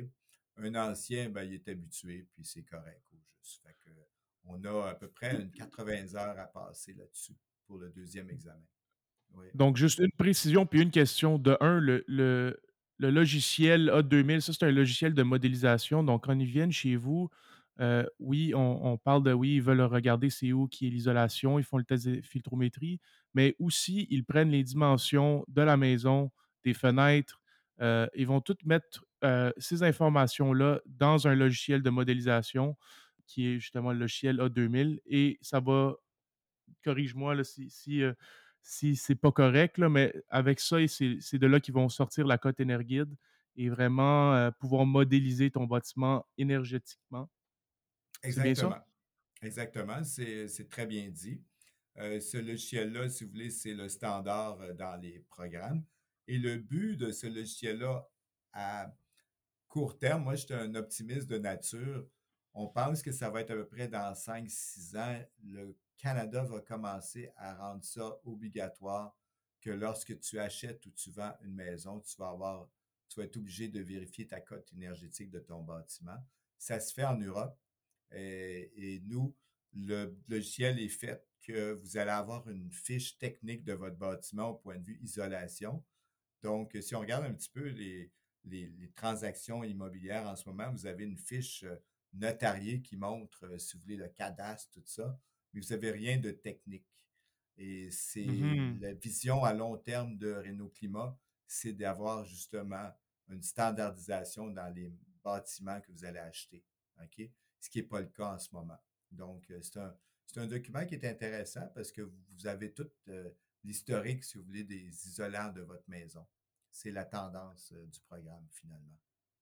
Un ancien, ben, il est habitué, puis c'est correct au juste. Fait que, on a à peu près une quatre-vingts heures à passer là-dessus pour le deuxième examen. Oui. Donc, juste une précision puis une question. De un, le le le logiciel A deux mille, ça, c'est un logiciel de modélisation. Donc, quand ils viennent chez vous, heu, oui, on on parle de oui, ils veulent regarder c'est où qui est l'isolation, ils font le test de filtrométrie, mais aussi ils prennent les dimensions de la maison, des fenêtres, heu, ils vont toutes mettre, heu, ces informations-là dans un logiciel de modélisation qui est justement le logiciel A deux mille et ça va corrige-moi là, si si, heu, si c'est pas correct là, mais avec ça et c'est c'est de là qu'ils vont sortir la cote Énerguide et vraiment, heu, pouvoir modéliser ton bâtiment énergétiquement. C'est bien ça? Exactement. Exactement, c'est c'est très bien dit. Heu, ce logiciel-là, si vous voulez, c'est le standard, heu, dans les programmes et le but de ce logiciel-là à court terme, moi, je suis un optimiste de nature. On pense que ça va être à peu près dans cinq six ans, le Canada va commencer à rendre ça obligatoire, que lorsque tu achètes ou tu vends une maison, tu vas avoir tu vas être obligé de vérifier ta cote énergétique de ton bâtiment. Ça se fait en Europe et et nous, le logiciel est fait que vous allez avoir une fiche technique de votre bâtiment au point de vue isolation. Donc, si on regarde un petit peu les, les, les transactions immobilières en ce moment, vous avez une fiche euh, notariée qui montre, euh, si vous voulez, le cadastre, tout ça, mais vous n'avez rien de technique. Et c'est Mmh. la vision à long terme de Renault Climat, c'est d'avoir justement une standardisation dans les bâtiments que vous allez acheter. OK? Ce qui n'est pas le cas en ce moment. Donc, euh, c'est un, c'est un document qui est intéressant parce que vous avez tout euh, l'historique, si vous voulez, des isolants de votre maison. C'est la tendance euh, du programme, finalement.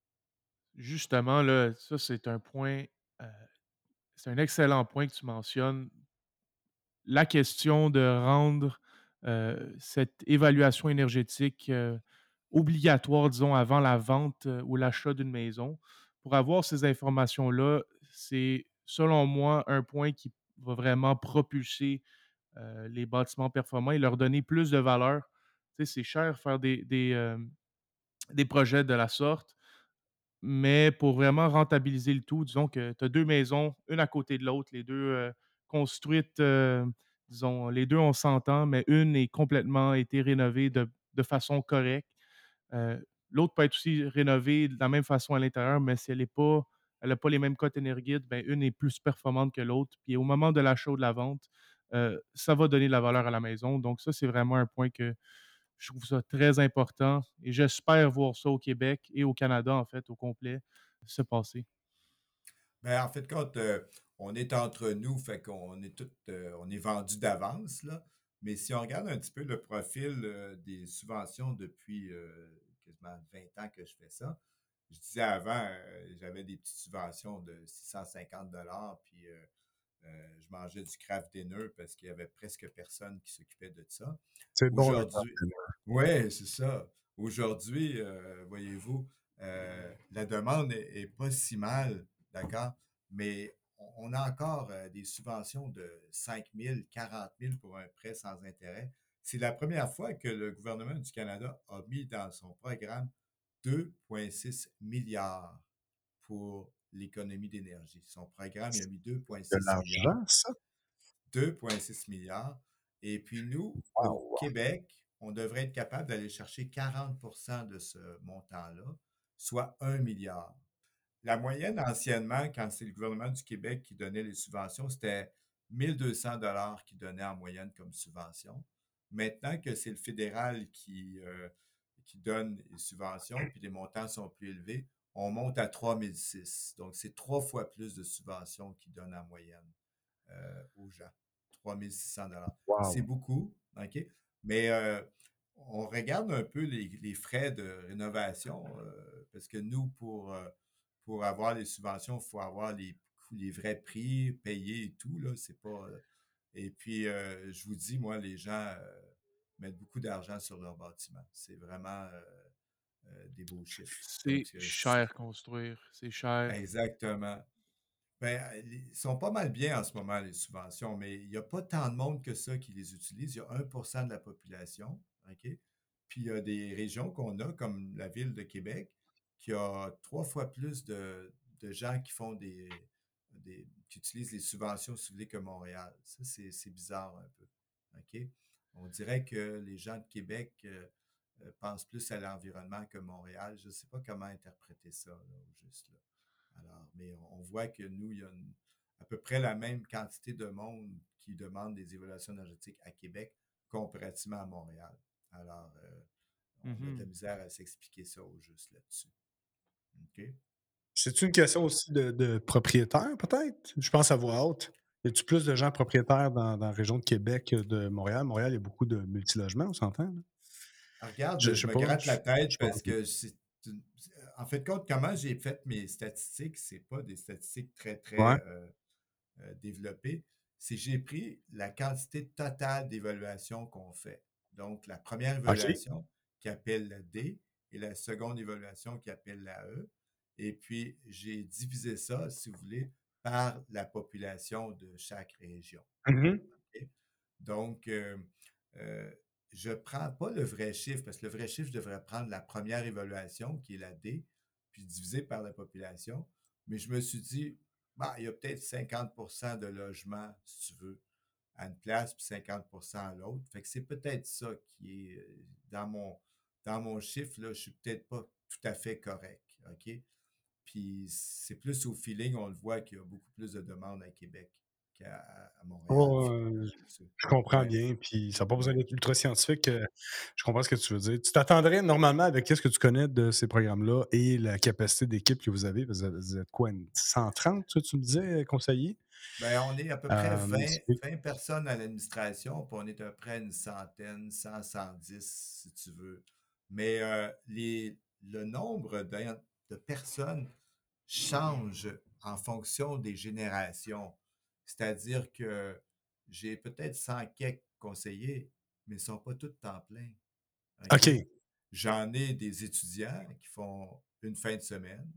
Justement là, ça c'est un point, heu, c'est un excellent point que tu mentionnes. La question de rendre, heu, cette évaluation énergétique, heu, obligatoire, disons, avant la vente, heu, ou l'achat d'une maison. Pour avoir ces informations-là, c'est, selon moi, un point qui va vraiment propulser, heu, les bâtiments performants et leur donner plus de valeur. Tu sais, c'est cher faire des des, hem, des projets de la sorte, mais pour vraiment rentabiliser le tout, disons que tu as deux maisons, une à côté de l'autre, les deux heu, construites, heu, disons, les deux on s'entend, mais une est complètement été rénovée de de façon correcte. Heu, L'autre peut être aussi rénovée de la même façon à l'intérieur, mais si elle est pas elle a pas les mêmes cotes Énerguides, ben, une est plus performante que l'autre. Puis au moment de l'achat ou de la vente, heu, ça va donner de la valeur à la maison. Donc ça, c'est vraiment un point que je trouve ça très important et j'espère voir ça au Québec et au Canada, en fait, au complet, se passer. Ben, en fait, quand euh, on est entre nous, fait qu'on est tout, euh, on est vendu d'avance, là. Mais si on regarde un petit peu le profil euh, des subventions depuis euh, quasiment vingt ans que je fais ça, je disais avant, euh, j'avais des petites subventions de six cent cinquante dollars, puis euh, euh, je mangeais du craft dinner parce qu'il y avait presque personne qui s'occupait de ça. C'est bon le craft Aujourd'hui, dinner. ouais, c'est ça. Aujourd'hui, euh, voyez-vous, euh, la demande est, est pas si mal, d'accord? Mais on, on a encore euh, des subventions de cinq mille, quarante mille pour un prêt sans intérêt. C'est la première fois que le gouvernement du Canada a mis dans son programme deux virgule six milliards pour l'économie d'énergie. Son programme, il a C'est mis deux virgule de six milliards. l'argent, ça? deux virgule six milliards. Et puis nous, au Waouh! Québec, on devrait être capable d'aller chercher quarante pour cent de ce montant-là, soit un milliard. La moyenne anciennement, quand c'est le gouvernement du Québec qui donnait les subventions, c'était mille deux cents dollars qui donnait en moyenne comme subvention. Maintenant que c'est le fédéral qui, euh, qui donne les subventions, puis les montants sont plus élevés, on monte à trois mille six. Donc, c'est trois fois plus de subventions qu'ils donnent en moyenne euh, aux gens. trois mille six cents dollars. C'est Wow! beaucoup, OK? Mais euh, on regarde un peu les, les frais de rénovation euh, parce que nous, pour, euh, pour avoir les subventions, il faut avoir les, les vrais prix payés et tout, là. C'est pas. euh, et puis, euh, je vous dis, moi, les gens euh, mettent beaucoup d'argent sur leur bâtiment. C'est vraiment euh, euh, des beaux chiffres. Donc, C'est euh, c'est- cher construire, c'est cher. exactement. Ben, ils sont pas mal bien en ce moment, les subventions, mais il n'y a pas tant de monde que ça qui les utilise. Il y a un pour cent de la population, OK? Puis il y a des régions qu'on a, comme la ville de Québec. qu'il y a trois fois plus de, de gens qui font des, des qui utilisent les subventions, si vous voulez, que Montréal. Ça, c'est, c'est bizarre un peu. OK? On dirait que les gens de Québec euh, euh, pensent plus à l'environnement que Montréal. Je ne sais pas comment interpréter ça, là, au juste là. Alors, mais on, on voit que nous, il y a une- à peu près la même quantité de monde qui demande des évaluations énergétiques à Québec comparativement à Montréal. Alors, euh, on a de la Mhm. misère à s'expliquer ça au juste là-dessus. OK? C'est une question aussi de, de propriétaires, peut-être? Je pense à voix haute. Y a-tu plus de gens propriétaires dans, dans la région de Québec que de Montréal? Montréal, il y a beaucoup de multilogements, on s'entend, là? Alors, Je, regarde, je je sais me pas. gratte Je, la je tête sais pas. parce que c'est une- en fait, compte, comment j'ai fait mes statistiques, c'est pas des statistiques très, Ouais. très euh, euh, développées. C'est que j'ai pris la quantité totale d'évaluations qu'on fait. Donc, la première OK. évaluation qui appelle la D et la seconde évaluation qui appelle la E. Et puis, j'ai divisé ça, si vous voulez, par la population de chaque région. Mhm. OK? Donc, euh, euh, je ne prends pas le vrai chiffre, parce que le vrai chiffre, je devrais prendre la première évaluation, qui est la D, puis diviser par la population. Mais je me suis dit, bah, il y a peut-être cinquante pour cent de logements, si tu veux, à une place, puis cinquante pour cent à l'autre. Fait que c'est peut-être ça qui est euh, dans mon, dans mon chiffre, là, je suis peut-être pas tout à fait correct. OK? Puis c'est plus au feeling, on le voit qu'il y a beaucoup plus de demandes à Québec qu'à à Montréal, Ouais, finalement, là-dessus. je comprends Ouais, bien, puis ça n'a pas besoin ouais. d'être ultra scientifique. euh, Je comprends ce que tu veux dire. Tu t'attendrais normalement avec qu'est-ce que tu connais de ces programmes-là et la capacité d'équipe que vous avez. Vous êtes, vous êtes quoi, une cent trente, tu tu me disais, conseiller? Ben, on est à peu près Euh, vingt c'est- vingt personnes à l'administration, puis on est à peu près une centaine, cent, cent dix, si tu veux. Mais euh, les, le nombre de, de personnes change en fonction des générations. C'est-à-dire que j'ai peut-être cent quelques conseillers, mais ils ne sont pas tous temps plein. OK? OK. J'en ai des étudiants qui font une fin de semaine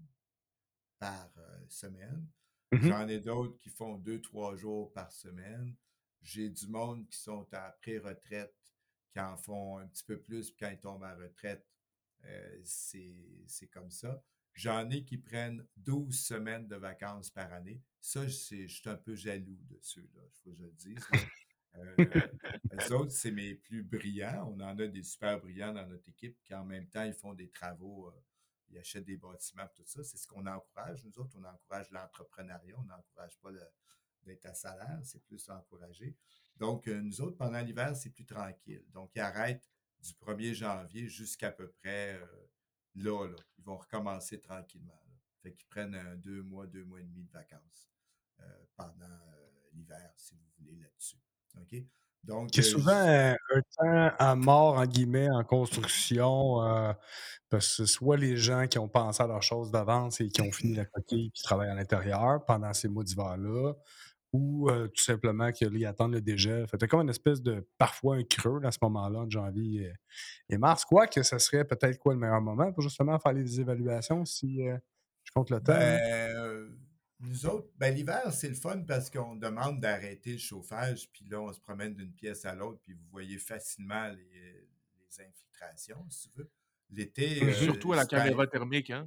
par euh, semaine. Mhm. J'en ai d'autres qui font deux, trois jours par semaine. J'ai du monde qui sont à pré-retraite, qui en font un petit peu plus, puis quand ils tombent à retraite, euh, c'est, c'est comme ça. J'en ai qui prennent douze semaines de vacances par année. Ça, je suis un peu jaloux de ceux-là, il faut que je le dise, là. Euh, eux autres, c'est mes plus brillants. On en a des super brillants dans notre équipe qui, en même temps, ils font des travaux, euh, ils achètent des bâtiments, tout ça. C'est ce qu'on encourage. Nous autres, on encourage l'entrepreneuriat. On n'encourage pas le- d'être à salaire. C'est plus encouragé. Donc, euh, nous autres, pendant l'hiver, c'est plus tranquille. Donc, ils arrêtent du premier janvier jusqu'à peu près euh, là, là. Ils vont recommencer tranquillement, là. Fait qu'ils prennent euh, deux mois, deux mois et demi de vacances euh, pendant euh, l'hiver, si vous voulez, là-dessus. OK? Donc, Qui est euh, souvent j- euh, un temps à mort, en guillemets, en construction, euh, parce que soit les gens qui ont pensé à leurs choses d'avance et qui ont fini la coquille qui travaillent à l'intérieur pendant ces mois d'hiver-là, ou euh, tout simplement que là, ils attendent le dégel. Fait que t'as comme une espèce de, parfois un creux à ce moment-là, entre janvier et, et mars. Quoi que ce serait peut-être quoi le meilleur moment pour justement faire les évaluations si euh, je compte le temps, là. ben, euh, nous autres, ben, l'hiver, c'est le fun parce qu'on demande d'arrêter le chauffage, puis là, on se promène d'une pièce à l'autre, puis vous voyez facilement les, les infiltrations, si tu veux. L'été, Mhm. euh, Surtout à la c'était caméra thermique, hein?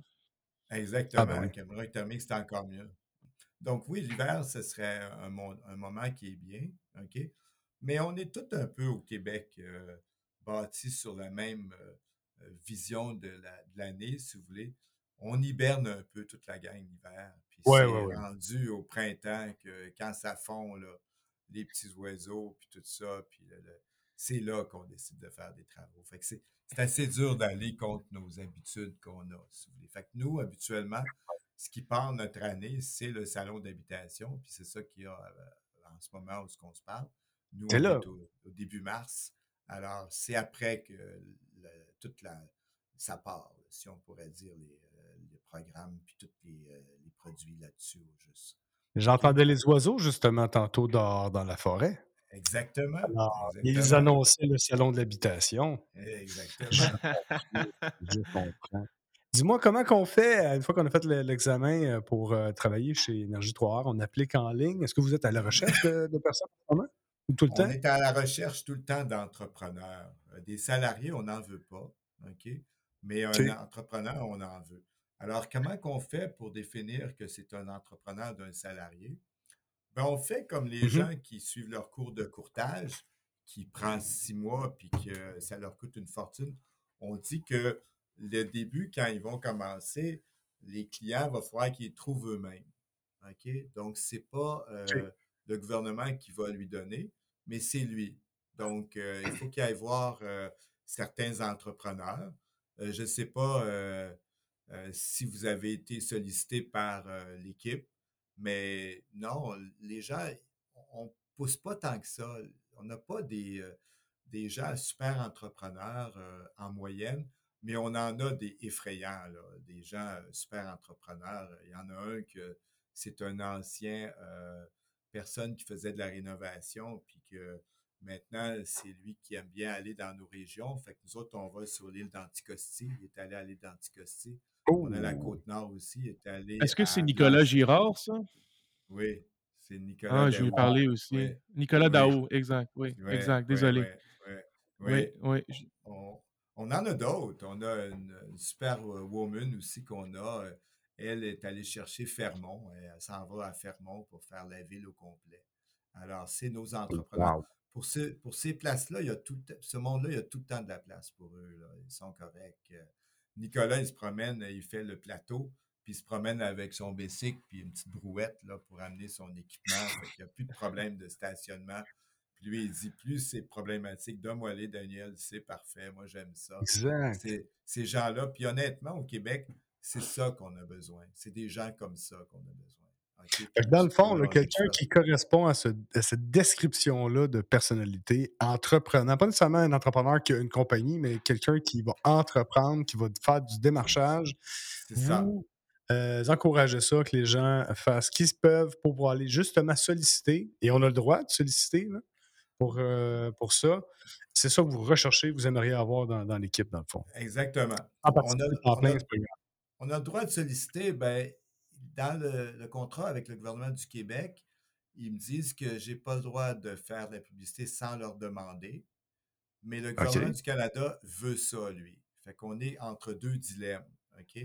Ah exactement, ben oui. la caméra thermique, c'était encore mieux. Donc oui, l'hiver, ce serait un, mo- un moment qui est bien, OK? Mais on est tout un peu au Québec euh, bâti sur la même euh, euh, vision de la- de l'année, si vous voulez. On hiberne un peu toute la gang l'hiver, puis Ouais, ouais, c'est ouais. rendu au printemps que quand ça fond, là, les petits oiseaux, puis tout ça, puis le- le- c'est là qu'on décide de faire des travaux. Fait que c'est c'est assez dur d'aller contre nos habitudes qu'on a, si vous voulez. Fait que nous, habituellement, ce qui part notre année, c'est le salon d'habitation, puis c'est ça qu'il y a euh, en ce moment où on se parle. Nous, C'est on là. est au, au début mars. Alors, c'est après que le- toute la, ça part, là, si on pourrait dire, les, euh, les programmes, puis tous les, euh, les produits là-dessus, au juste. OK? J'entendais les oiseaux justement tantôt dehors dans la forêt. Exactement, Alors, ils exactement, annonçaient le salon de l'habitation. Je exactement. comprends, je comprends. Dis-moi, comment qu'on fait, euh, une fois qu'on a fait le- l'examen euh, pour euh, travailler chez Énergie trois heures, on applique en ligne? Est-ce que vous êtes à la recherche de, de personnes en ce moment? Ou tout le On temps? est à la recherche tout le temps d'entrepreneurs. Euh, Des salariés, on n'en veut pas, OK? Mais un OK. entrepreneur, on en veut. Alors, comment qu'on fait pour définir que c'est un entrepreneur d'un salarié? Ben, on fait comme les Mmh. gens qui suivent leur cours de courtage, qui prend six mois puis que ça leur coûte une fortune. On dit que le début, quand ils vont commencer, les clients, va falloir qu'ils les trouvent eux-mêmes. OK? Donc, c'est pas OK. euh, le gouvernement qui va lui donner, mais c'est lui. Donc, euh, il faut qu'il aille voir euh, certains entrepreneurs. Euh, je ne sais pas euh, euh, si vous avez été sollicité par euh, l'équipe, mais non, les gens, on pousse pas tant que ça. On n'a pas des, euh, des gens super entrepreneurs euh, en moyenne, mais on en a des effrayants, là, des gens euh, super entrepreneurs. Il y en a un que c'est un ancien euh, personne qui faisait de la rénovation, puis que maintenant, c'est lui qui aime bien aller dans nos régions. Fait que nous autres, on va sur l'île d'Anticosti. Il est allé à l'île d'Anticosti. On a la Oh! Côte-Nord aussi. Il est allé Est-ce que c'est à Nicolas Blanche. Girard, ça? Oui, c'est Nicolas Ah, je lui ai Daou. parlé Oui, aussi. Nicolas oui, Daho, exact, oui, oui, exact, oui, désolé. oui, oui, Oui, oui. oui, j On, on en a d'autres. On a une, une super euh, woman aussi qu'on a. euh, Elle est allée chercher Fermont. Elle s'en va à Fermont pour faire la ville au complet. Alors, c'est nos entrepreneurs. Wow! Pour, ce, pour ces places-là, il y a tout le temps- ce monde-là, il y a tout le temps de la place pour eux, là. Ils sont corrects. Euh, Nicolas, il se promène, il fait le plateau, puis il se promène avec son bicycle, puis une petite brouette là, pour amener son équipement. Fait qu'il n'y a plus de problème de stationnement. Puis lui, il dit, plus c'est problématique, donne-moi les, Daniel, c'est parfait, moi j'aime ça. Exact. C'est ces gens-là. Puis honnêtement, au Québec, c'est ça qu'on a besoin. C'est des gens comme ça qu'on a besoin. OK? Fait que Qui, dans le qui fond, croient là, en quelqu'un l'extra. qui correspond à ce à cette description-là de personnalité, entreprenant, pas nécessairement un entrepreneur qui a une compagnie, mais quelqu'un qui va entreprendre, qui va faire du démarchage, C'est ça. vous, heu, encouragez ça, que les gens fassent ce qu'ils peuvent pour pouvoir aller justement solliciter et on a le droit de solliciter, là, pour, heu, pour ça. C'est ça que vous recherchez, vous aimeriez avoir dans dans l'équipe, dans le fond. Exactement. En On a, particulier temps on plein, a, c'est pas grave. on a le droit de solliciter, ben, dans le, le contrat avec le gouvernement du Québec, ils me disent que j'ai pas le droit de faire de la publicité sans leur demander. Mais le gouvernement OK. du Canada veut ça, lui. Fait qu'on est entre deux dilemmes, OK?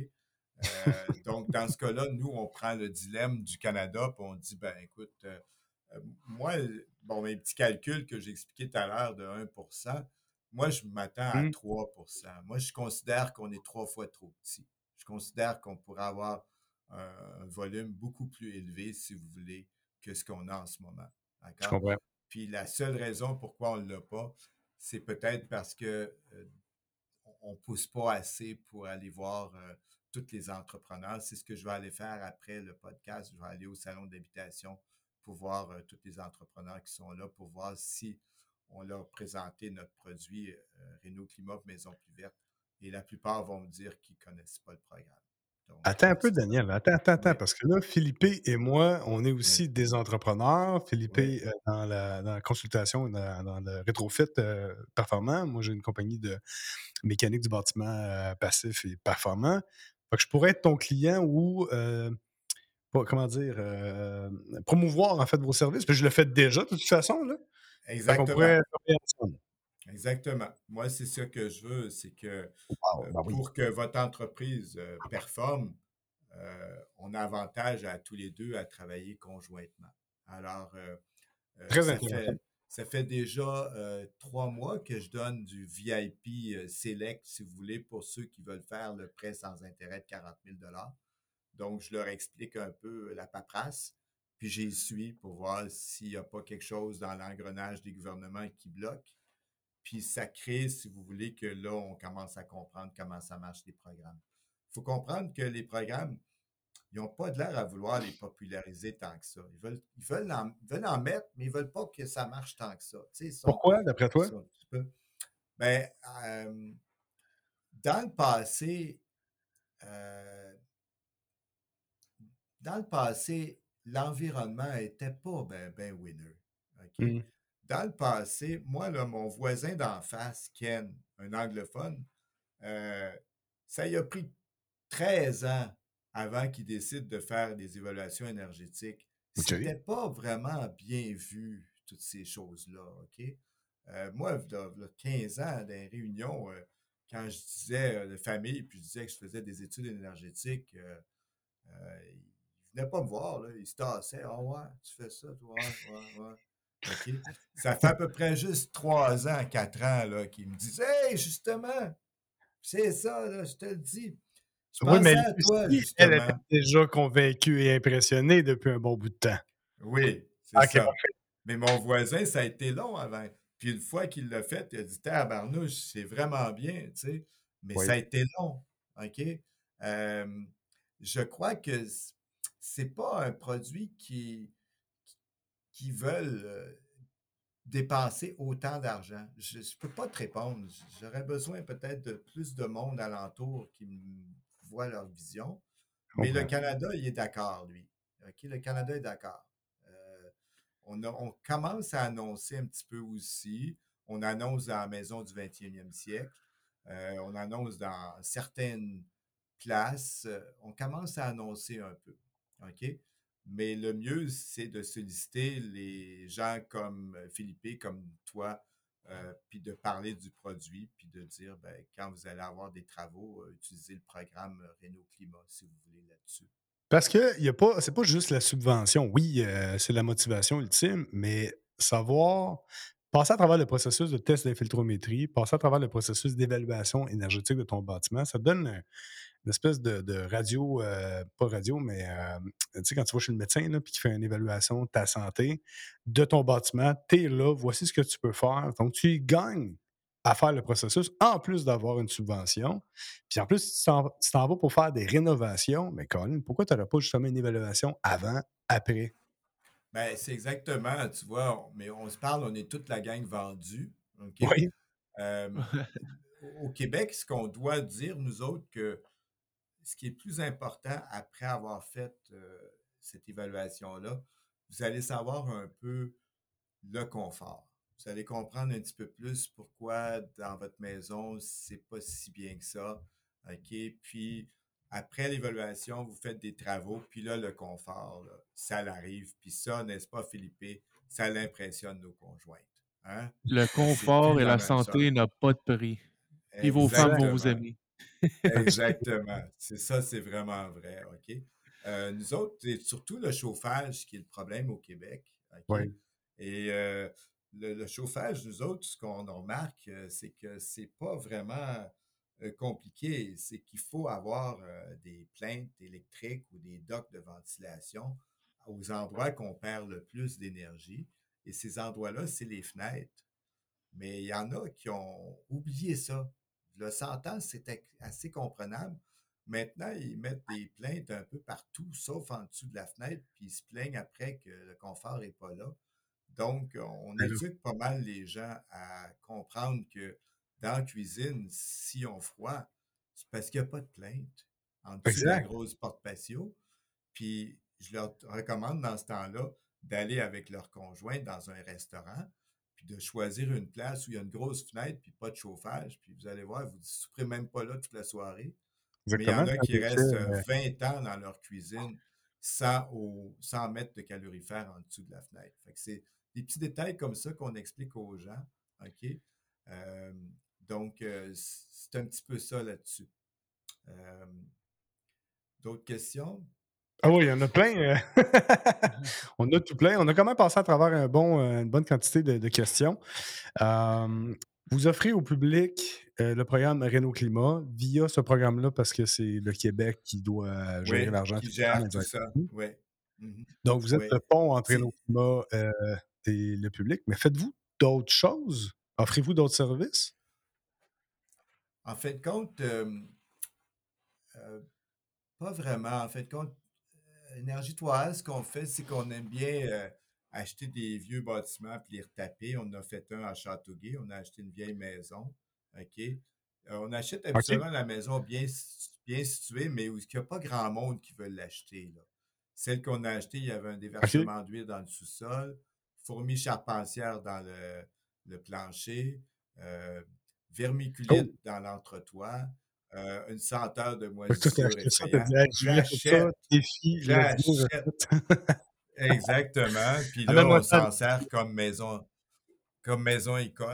Euh, donc, dans ce cas-là, nous, on prend le dilemme du Canada, puis on dit, ben écoute, euh, euh, moi, bon, mes petits calculs que j'ai expliqués tout à l'heure de un pour cent, moi, je m'attends à Mmh. trois pour cent. Moi, je considère qu'on est trois fois trop petit. Je considère qu'on pourrait avoir un, un volume beaucoup plus élevé, si vous voulez, que ce qu'on a en ce moment. Je D'accord? comprends. Puis la seule raison pourquoi on ne l'a pas, c'est peut-être parce que euh, on ne pousse pas assez pour aller voir euh, tous les entrepreneurs. C'est ce que je vais aller faire après le podcast. Je vais aller au salon d'habitation pour voir euh, tous les entrepreneurs qui sont là, pour voir si on leur présenté notre produit euh, Renault Climat Maison Plus Verte. Et la plupart vont me dire qu'ils ne connaissent pas le programme. Donc, Attends un euh, peu, c'est ça. Daniel. Attends, attends, attends, Oui, parce que là, Philippe et moi, on est oui, aussi des entrepreneurs. Philippe, oui, euh, dans la, dans la consultation, dans, dans le rétrofit euh, performant. Moi, j'ai une compagnie de mécanique du bâtiment euh, passif et performant. Fait que je pourrais être ton client ou, euh, pas- comment dire, euh, promouvoir en fait vos services. Puis je le fais déjà de toute façon, là. Fait qu'on exactement. pourrait travailler ensemble. Exactement. Moi, c'est ça que je veux, c'est que Wow, euh, ben oui. pour que votre entreprise euh, performe, euh, on a avantage à tous les deux à travailler conjointement. Alors, euh, euh, Très ça intéressant. fait ça fait déjà euh, trois mois que je donne du V I P euh, Select, si vous voulez, pour ceux qui veulent faire le prêt sans intérêt de quarante mille dollars. Donc, je leur explique un peu la paperasse, puis j'y suis pour voir s'il n'y a pas quelque chose dans l'engrenage des gouvernements qui bloque. Puis ça crée, si vous voulez, que là, on commence à comprendre comment ça marche les programmes. Il faut comprendre que les programmes, ils n'ont pas de l'air à vouloir les populariser tant que ça. Ils veulent, ils veulent, en, ils veulent en mettre, mais ils ne veulent pas que ça marche tant que ça. Tu sais, ils sont, Pourquoi, d'après ils toi? sont un petit peu. Ben, euh, dans le passé, euh, dans le passé, l'environnement n'était pas ben, ben winner. OK? Hmm. Dans le passé, moi, là, mon voisin d'en face, Ken, un anglophone, euh, ça y a pris treize ans avant qu'il décide de faire des évaluations énergétiques. OK. C'était pas vraiment bien vu, toutes ces choses-là, OK? Euh, moi, il y a quinze ans, dans les réunions, euh, quand je disais euh, de famille, puis je disais que je faisais des études énergétiques, euh, euh, il venait pas me voir, là. Il se tassait. Ah ouais, tu fais ça, toi, ouais, ouais, ouais. OK. Ça fait à peu près juste trois ans, quatre ans, là, qu'il me disait, hey, justement, c'est ça, là, je te le dis. Je Oui, mais pensais lui à toi, aussi, elle était justement. déjà convaincue et impressionnée depuis un bon bout de temps. Oui, c'est OK, ça. parfait. Mais mon voisin, ça a été long avant. Puis une fois qu'il l'a fait, il a dit, tabarnouche, c'est vraiment bien, tu sais. Mais ça Oui. a été long, OK? Euh, je crois que c- c'est pas un produit qui, qui veulent euh, dépenser autant d'argent. Je ne peux pas te répondre. J'aurais besoin peut-être de plus de monde alentour qui me voit leur vision. Je Mais le comprends. Canada, il est d'accord, lui. OK? Le Canada est d'accord. Euh, on, a- on commence à annoncer un petit peu aussi. On annonce dans la maison du vingt et unième siècle. Euh, on annonce dans certaines places. Euh, On commence à annoncer un peu. OK? Mais le mieux, c'est de solliciter les gens comme euh, Philippe, comme toi, euh, puis de parler du produit, puis de dire, ben, quand vous allez avoir des travaux, euh, utilisez le programme euh, Renault Climat, si vous voulez, là-dessus. Parce que y a pas c'est pas juste la subvention. Oui, heu, c'est la motivation ultime, mais savoir passer à travers le processus de test d'infiltrométrie, passer à travers le processus d'évaluation énergétique de ton bâtiment, ça te donne un une espèce de de radio, heu, pas radio, mais hem, tu sais, quand tu vas chez le médecin, là, puis qu'il fait une évaluation de ta santé, de ton bâtiment, tu es là, voici ce que tu peux faire. Donc tu y gagnes à faire le processus, en plus d'avoir une subvention. Puis en plus, tu t'en tu t'en vas pour faire des rénovations, mais Colin, pourquoi tu n'aurais pas justement une évaluation avant, après? Ben, c'est exactement, tu vois, on- mais on se parle, on est toute la gang vendue, OK? Oui, Euh, au au Québec, ce qu'on doit dire, nous autres, que ce qui est plus important après avoir fait euh, cette évaluation-là, vous allez savoir un peu le confort. Vous allez comprendre un petit peu plus pourquoi dans votre maison, c'est pas si bien que ça. OK? Puis après l'évaluation, vous faites des travaux, puis là, le confort, là, ça l'arrive. Puis ça, n'est-ce pas, Philippe? Ça l'impressionne nos conjointes. Hein? Le C'est plus confort et la la même chose. santé n'a pas de prix. Puis vos femmes vont exact. vous Exactement. aimer. Exactement. C'est ça, c'est vraiment vrai, OK? Euh, nous autres, c'est surtout le chauffage qui est le problème au Québec, OK? Oui, Et euh, le, le chauffage, nous autres, ce qu'on remarque, euh, c'est que c'est pas vraiment euh, compliqué. C'est qu'il faut avoir euh, des plaintes électriques ou des docks de ventilation aux endroits qu'on perd le plus d'énergie. Et ces endroits-là, c'est les fenêtres. Mais il y en a qui ont oublié ça. Le cent ans, c'était assez comprenable. Maintenant, ils mettent des plaintes un peu partout, sauf en dessous de la fenêtre, puis ils se plaignent après que le confort n'est pas là. Donc, on ben là, éduque pas mal les gens à comprendre que dans la cuisine, s'ils ont froid, c'est parce qu'il n'y a pas de plainte en dessous de la exact, grosse porte patio. Puis, je leur recommande dans ce temps-là d'aller avec leur conjoint dans un restaurant, puis de choisir une place où il y a une grosse fenêtre, puis pas de chauffage. Puis vous allez voir, vous ne souperez même pas là toute la soirée. Mais il y en exactement. a Quand qui tu fait, restent euh, heu vingt ans dans leur cuisine sans, au, sans mettre de calorifère en dessous de la fenêtre. Fait que c'est des petits détails comme ça qu'on explique aux gens. OK? Euh, donc, euh, c'est un petit peu ça là-dessus. Euh, D'autres questions? ah oui, il y en a plein, heu, on a tout plein. On a quand même passé à travers un bon, heu, une bonne quantité de de questions. Hem, vous offrez au public, heu, le programme Renault Climat via ce programme-là parce que c'est le Québec qui doit gérer Oui, l'argent qui fédéral gère tout ça. indirectement. Oui. Mhm. Donc vous êtes Oui. le pont entre C'est, Renault Climat, heu, et le public, mais faites-vous d'autres choses? Offrez-vous d'autres services? en fait de compte, euh, euh, pas vraiment. En fait de compte, euh, Énergie Toile, ce qu'on fait, c'est qu'on aime bien euh, acheter des vieux bâtiments puis les retaper. On en a fait un à Châteauguay. On a acheté une vieille maison. OK? Euh, on achète OK, habituellement la maison bien, si- bien située, mais où il n'y a pas grand monde qui veut l'acheter, là. Celle qu'on a achetée, il y avait un OK. déversement d'huile dans le sous-sol, fourmis charpentières dans le, le plancher, euh, Oh! vermiculite dans l'entretoit, euh, une senteur de Fait que toi, tu as moisissure acheté ça, tu as effrayante. dit: «Hey, je voulais tout ça, J'achète, défi, let's go, j'achète. j'achète». Exactement. Puis là, Amène-moi on ça à s'en sert comme maison, comme maison école.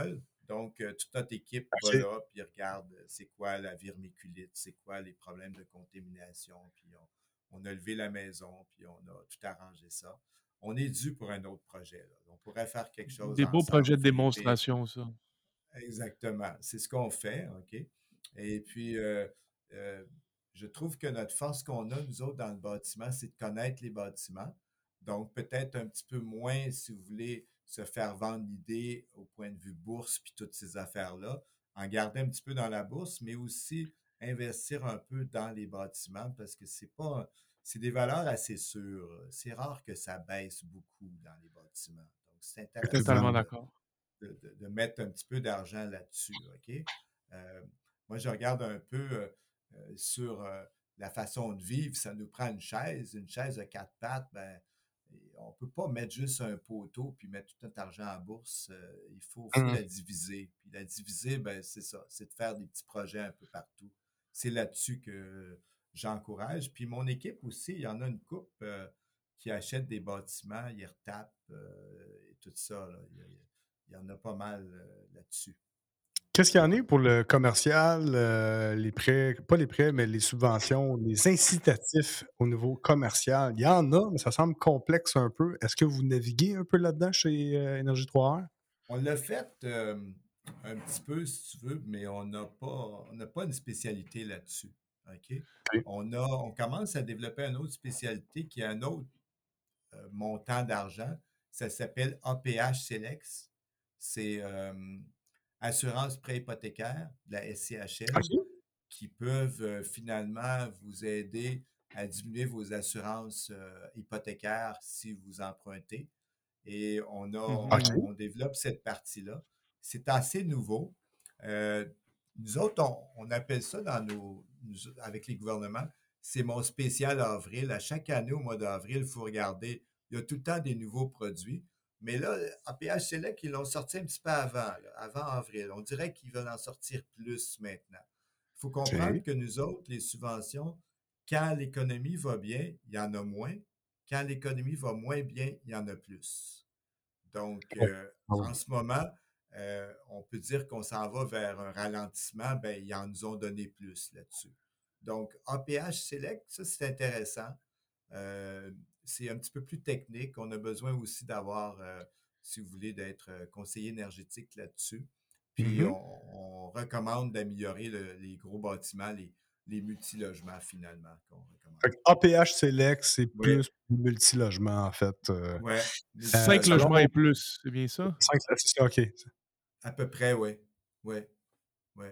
Donc, euh, toute notre équipe va OK. là, puis regarde euh, c'est quoi la vermiculite, c'est quoi les problèmes de contamination, puis on, on a levé la maison, puis on a tout arrangé ça. On est dû pour un autre projet, là. On pourrait faire quelque chose Des beaux ensemble, projets de Philippe et, démonstration, ça. exactement. C'est ce qu'on fait, OK? Et puis, euh, euh, je trouve que notre force qu'on a, nous autres, dans le bâtiment, c'est de connaître les bâtiments. Donc, peut-être un petit peu moins, si vous voulez, se faire vendre l'idée au point de vue bourse, puis toutes ces affaires-là, en garder un petit peu dans la bourse, mais aussi investir un peu dans les bâtiments parce que c'est pas, c'est des valeurs assez sûres. C'est rare que ça baisse beaucoup dans les bâtiments. Donc, c'est intéressant Effectivement. Totalement de, d'accord. de, de- de mettre un petit peu d'argent là-dessus, OK? Euh, moi, je regarde un peu euh, euh, sur euh, la façon de vivre. Ça nous prend une chaise. Une chaise de quatre pattes, ben, on ne peut pas mettre juste un poteau puis mettre tout notre argent en bourse. Euh, il faut, faut Mmh. la diviser. Puis la diviser, ben, c'est ça, c'est de faire des petits projets un peu partout. C'est là-dessus que j'encourage. Puis mon équipe aussi, il y en a une couple euh, qui achètent des bâtiments, ils retapent euh, et tout ça, là. Il y a- il y a- il y en a pas mal euh, là-dessus. Qu'est-ce qu'il y en a pour le commercial, heu, les prêts pas les prêts, mais les subventions, les incitatifs au niveau commercial? Il y en a, mais ça semble complexe un peu. Est-ce que vous naviguez un peu là-dedans chez, heu, Énergie trois R? On l'a fait euh, un petit peu, si tu veux, mais on n'a pas, on n'a pas une spécialité là-dessus. OK? OK. On a, on commence à développer une autre spécialité qui a un autre euh, montant d'argent. Ça s'appelle A P H Selex. C'est euh, assurance prêt hypothécaire de la S C H L OK. qui peuvent euh, finalement vous aider à diminuer vos assurances euh, hypothécaires si vous empruntez. Et on a, on, Mhm. OK. on développe cette partie-là. C'est assez nouveau. Euh, nous autres, on, on appelle ça dans nos, nous- avec les gouvernements, c'est mon spécial avril. À chaque année, au mois d'avril, il faut regarder. Il y a tout le temps des nouveaux produits. Mais là, A P H Select, ils l'ont sorti un petit peu avant, là, avant avril. On dirait qu'ils veulent en sortir plus maintenant. Il faut comprendre OK. que nous autres, les subventions, quand l'économie va bien, il y en a moins. Quand l'économie va moins bien, il y en a plus. Donc, Oh, euh, ah en oui. ce moment, euh, on peut dire qu'on s'en va vers un ralentissement. Ben, ils en nous ont donné plus là-dessus. Donc, A P H Select, ça, c'est intéressant. Euh, c'est un petit peu plus technique. On a besoin aussi d'avoir, euh, si vous voulez, d'être euh, conseiller énergétique là-dessus. Puis, Mmh. on, on recommande d'améliorer le- les gros bâtiments, les, les multilogements finalement qu'on recommande. Fait que A P H Select, c'est Oui, plus multilogement, en fait, heu ouais, heu, Cinq selon logements et mon plus, c'est bien ça? cinq c'est ça, OK. à peu près, oui. Oui, oui.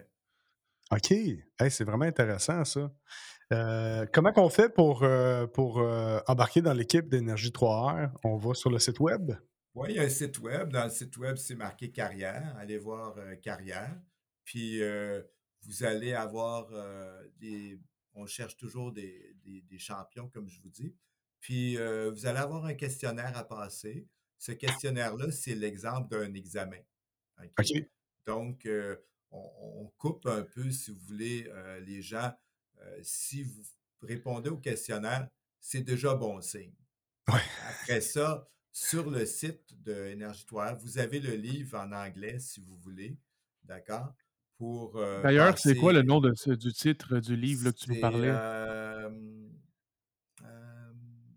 OK. Hey, c'est vraiment intéressant ça. Heu, Ouais. comment qu'on fait pour, heu, pour, heu, embarquer dans l'équipe d'Énergie trois R? On va sur le site web? Oui, il y a un site web. Dans le site web, c'est marqué carrière. Allez voir euh, carrière. Puis, euh, vous allez avoir euh, des. On cherche toujours des, des- des champions, comme je vous dis. Puis, euh, vous allez avoir un questionnaire à passer. Ce questionnaire-là, c'est l'exemple d'un examen. OK? OK. Donc, euh, on, on coupe un peu, si vous voulez, euh, les gens. Euh, si vous répondez au questionnaire, c'est déjà bon signe. Ouais. Après ça, sur le site de Énergie-Toi, vous avez le livre en anglais, si vous voulez, d'accord, pour euh, D'ailleurs, c'est quoi le passer. nom de ce du titre du livre là, que tu nous C'est parlais? euh, euh,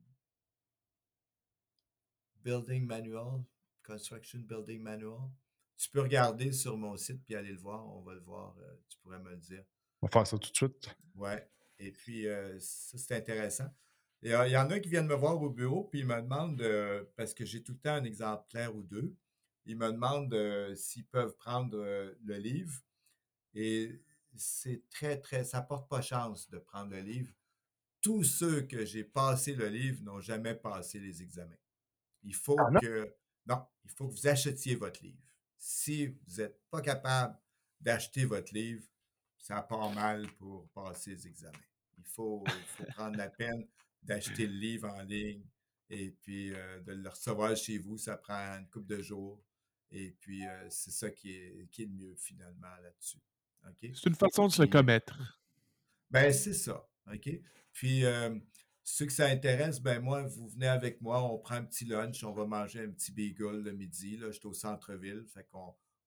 Building Manual, Construction Building Manual. Tu peux regarder sur mon site puis aller le voir. On va le voir. euh, tu pourrais me le dire. On va faire ça tout de suite. Ouais. Et puis, euh, ça, c'est intéressant. Et, euh, il y en a qui viennent me voir au bureau, puis ils me demandent, euh, parce que j'ai tout le temps un exemplaire ou deux, ils me demandent euh, s'ils peuvent prendre euh, le livre. Et c'est très, très, ça porte pas chance de prendre le livre. Tous ceux que j'ai passé le livre n'ont jamais passé les examens. Il faut Ah non? que, non, il faut que vous achetiez votre livre. Si vous n'êtes pas capable d'acheter votre livre, ça part mal pour passer les examens. Il faut, faut prendre la peine d'acheter le livre en ligne et puis euh, de le recevoir chez vous. Ça prend une couple de jours. Et puis, euh, c'est ça qui est, qui est le mieux finalement là-dessus. OK? C'est une façon de se Puis, commettre. ben, c'est ça. OK? Puis, euh, ceux que ça intéresse, ben, moi, vous venez avec moi, on prend un petit lunch, on va manger un petit bagel le midi. Là, je suis au centre-ville. Fait qu'on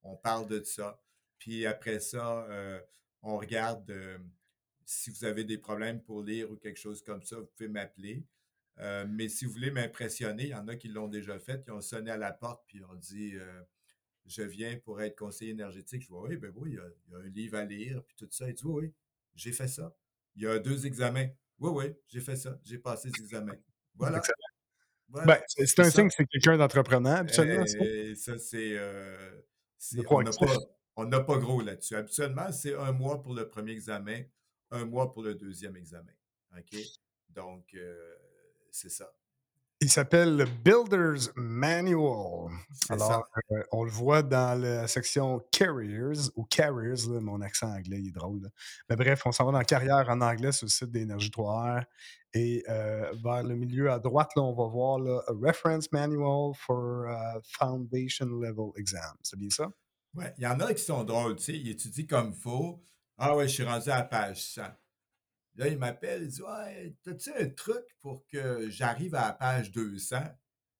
on parle de ça. Puis après ça, euh, on regarde euh, si vous avez des problèmes pour lire ou quelque chose comme ça, vous pouvez m'appeler. Euh, mais si vous voulez m'impressionner, il y en a qui l'ont déjà fait, qui ont sonné à la porte puis ont dit euh, je viens pour être conseiller énergétique. Je vois oui, ben oui, il y, a, il y a un livre à lire, puis tout ça. Il dit oui, oui, j'ai fait ça. Il y a deux examens. Oui, oui, j'ai fait ça. J'ai passé les examens. C'est Voilà, excellent. Ben, voilà. c'est c'est Puis un signe ça, que c'est quelqu'un d'entreprenant, habituellement, ça. et ça, c'est, euh, De c'est on n'a proactif. pas, on n'a pas gros là-dessus. Habituellement, c'est un mois pour le premier examen, un mois pour le deuxième examen. OK? Donc, euh, c'est ça. Il s'appelle le Builder's Manual. C'est Alors, ça. euh, on le voit dans la section Careers ou Careers, là, mon accent anglais, il est drôle. Là. Mais bref, on s'en va dans Carrière en anglais sur le site d'Énergie trois R. Et euh, vers le milieu à droite, là, on va voir là, A Reference Manual for uh, Foundation Level Exam. C'est bien ça? Ouais, il y en a qui sont drôles, tu sais, ils étudient comme il faut. Ah ouais, je suis rendu à la page cent. Là, il m'appelle, il dit ouais, t'as-tu un truc pour que j'arrive à la page deux cents?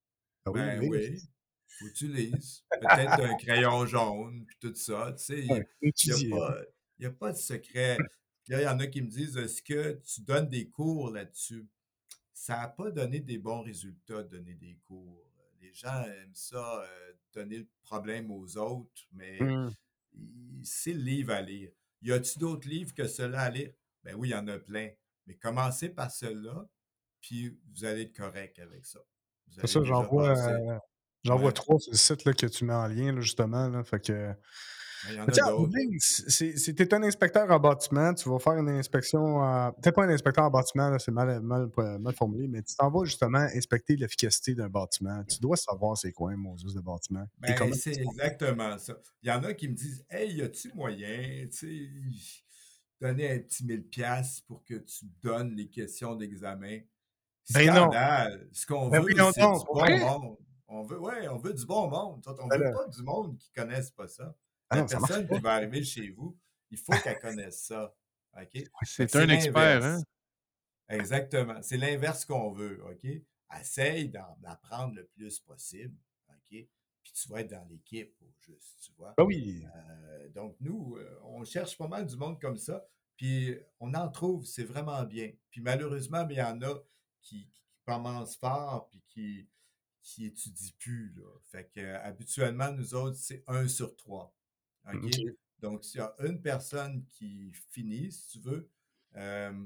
Ah oui, Ben oui. oui, faut que tu lises. Peut-être un crayon jaune, puis tout ça. Tu sais, Ouais, il n'y a, étudier. pas, y a pas de secret. Puis là, il y en a qui me disent, est-ce que tu donnes des cours là-dessus? Ça n'a pas donné des bons résultats, donner des cours. Les gens aiment ça, euh, donner le problème aux autres, mais Hum. il- c'est le livre à lire. Y a-t-il d'autres livres que ceux-là à lire? Ben oui, il y en a plein. Mais commencez par celui-là, puis vous allez être correct avec ça. Vous C'est allez ça, j'en déjà vois, passer. euh, j'en vois Ouais, trois sur le site là, que tu mets en lien, là, justement. Là, fait que, mais il y en mais a tu sais, en bout d'autres. de ligne, c'est c'est tu es un inspecteur en bâtiment, tu vas faire une inspection en peut-être pas un inspecteur en bâtiment, là, c'est mal mal mal formulé, mais tu t'en vas justement inspecter l'efficacité d'un bâtiment. Tu dois savoir c'est quoi un Moses de bâtiment et Ben, comment c'est ça fonctionne. exactement ça. Il y en a qui me disent, hey, y a-tu moyen, tu sais, donner un petit mille piastres pour que tu donnes les questions d'examen? Ben non! Scandale! Ce qu'on Ben veut, voyons c'est donc, du pour bon vrai? monde. On veut, ouais, on veut du bon monde. Nous autres, on Ben veut là, pas du monde qui connaisse pas ça. ah La non, ça marche personne pas. qui va arriver chez vous, il faut qu'elle connaisse ça. OK? Fait que C'est c'est un expert, hein? l'inverse. Exactement. C'est l'inverse qu'on veut, OK? Essaye d'en apprendre le plus possible, OK? Puis tu vas être dans l'équipe au juste, tu vois? Ben oui, Euh, donc, nous, euh, on cherche pas mal du monde comme ça, puis on en trouve, c'est vraiment bien. Puis malheureusement, ben, il y en a qui, qui commencent fort, puis qui qui étudient plus, là. Fait que, euh, habituellement, nous autres, c'est un sur trois, OK? OK. Donc, s'il y a une personne qui finit, si tu veux, euh,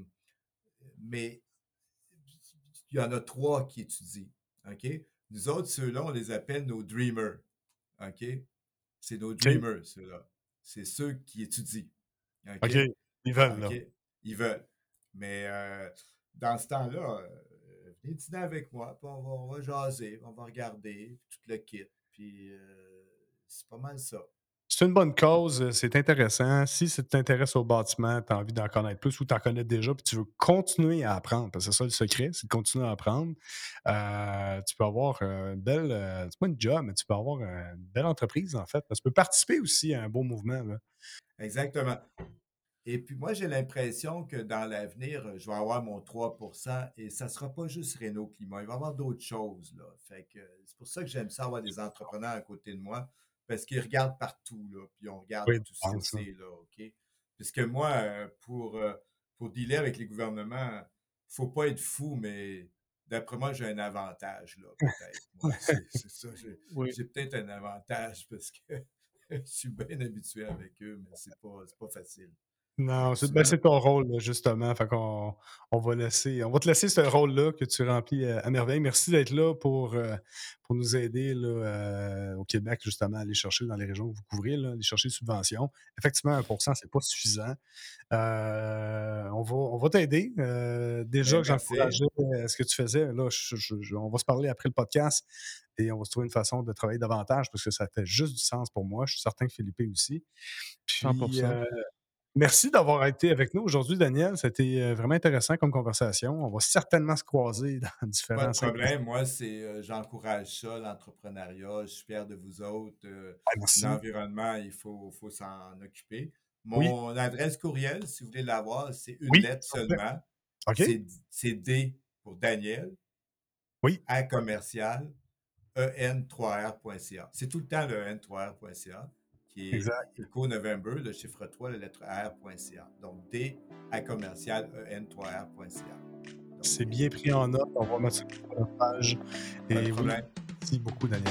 mais il y en a trois qui étudient. OK? Nous autres, ceux-là, on les appelle nos dreamers. OK? C'est nos OK. dreamers, ceux-là. C'est ceux qui étudient. OK? OK. Ils veulent, OK? là. Ils veulent. Mais euh, dans ce temps-là, euh, venez dîner avec moi, puis on va, on va jaser, on va regarder, puis tout le kit. Puis euh, c'est pas mal ça. C'est une bonne cause, euh, c'est intéressant. Si ça t'intéresse au bâtiment, tu as envie d'en connaître plus ou tu en connais déjà, puis tu veux continuer à apprendre, parce que c'est ça le secret, c'est de continuer à apprendre. Euh, tu peux avoir euh, une belle, euh, c'est pas une job, mais tu peux avoir euh, une belle entreprise, en fait. Parce que tu peux participer aussi à un beau mouvement. Là. Exactement. Et puis moi, j'ai l'impression que dans l'avenir, euh, je vais avoir mon trois pour cent et ça sera pas juste Renault Climat. Il va y avoir d'autres choses, là. Fait que euh, c'est pour ça que j'aime ça avoir des entrepreneurs à côté de moi parce qu'ils regardent partout, là, puis on regarde Oui, tout je ce que pense, là. c'est, là, OK? Puisque moi, euh, pour, euh, pour dealer avec les gouvernements, faut pas être fou, mais d'après moi, j'ai un avantage, là, peut-être. Moi, c'est c'est ça. J'ai Oui, j'ai peut-être un avantage parce que je suis bien habitué avec eux, mais c'est pas, c'est pas facile. Non, Euh, c'est ben, souvent, c'est ton rôle, là, justement. Fait qu'on on va laisser on va te laisser ce rôle-là que tu remplis, heu, à merveille. Merci d'être là pour, heu, pour nous aider là, heu, au Québec, justement, à aller chercher dans les régions que vous couvrez, là, aller chercher des subventions. Effectivement, un pour cent, c'est pas suffisant. Heu, on va on va t'aider. Heu, déjà ben, que merci. j'encourageais, heu, ce que tu faisais, là, je je je on va se parler après le podcast et on va se trouver une façon de travailler davantage parce que ça fait juste du sens pour moi. Je suis certain que Philippe aussi. Puis, cent pour cent. heu merci d'avoir été avec nous aujourd'hui, Daniel. C'était euh, vraiment intéressant comme conversation. On va certainement se croiser dans Pas différents de secteurs. problème. Moi, c'est, euh, j'encourage ça, l'entrepreneuriat. Je suis fier de vous autres. Euh, Ah, merci. l'environnement, il faut, faut s'en occuper. Oui, Mon adresse courriel, si vous voulez l'avoir, c'est une oui, lettre s'il vous plaît. seulement. OK. C'est, c'est D pour Daniel, Oui, à commercial, en trois r point c a. C'est tout le temps le en trois r point c a qui est Exact. Eco November, le chiffre trois, la lettre R.ca. Donc, D à commercial E N trois R point C A. C'est bien pris en note. On va mettre ça sur notre page. Pas de Et oui, problème. merci beaucoup, Daniel.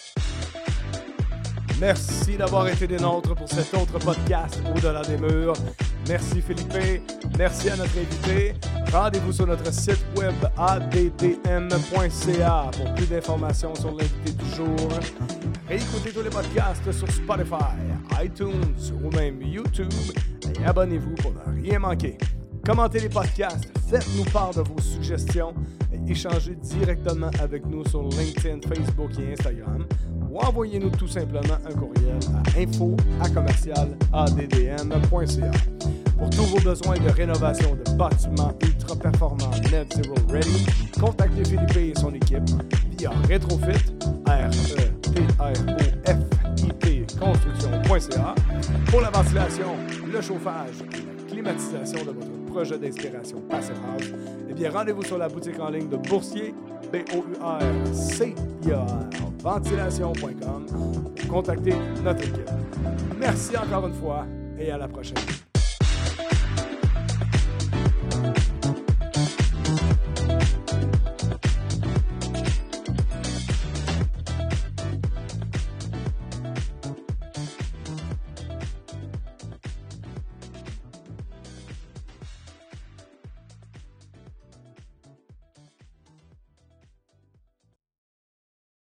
Merci d'avoir été des nôtres pour cet autre podcast Au-delà des murs. Merci Philippe, merci à notre invité. Rendez-vous sur notre site web a d d m point c a pour plus d'informations sur l'invité du jour. Réécoutez tous les podcasts sur Spotify, iTunes ou même YouTube et abonnez-vous pour ne rien manquer. Commentez les podcasts, faites-nous part de vos suggestions et échangez directement avec nous sur LinkedIn, Facebook et Instagram ou envoyez-nous tout simplement un courriel à info à commercial a d d m point c a. Pour tous vos besoins de rénovation de bâtiments ultra performants Net Zero Ready, contactez Philippe et son équipe via Retrofit, R E T R O F I T construction point c a pour la ventilation, le chauffage et la climatisation de votre projet d'inspiration Passive House. Eh bien, rendez-vous sur la boutique en ligne de Boursier, B O U R C I A R, ventilation point com pour contacter notre équipe. Merci encore une fois et à la prochaine.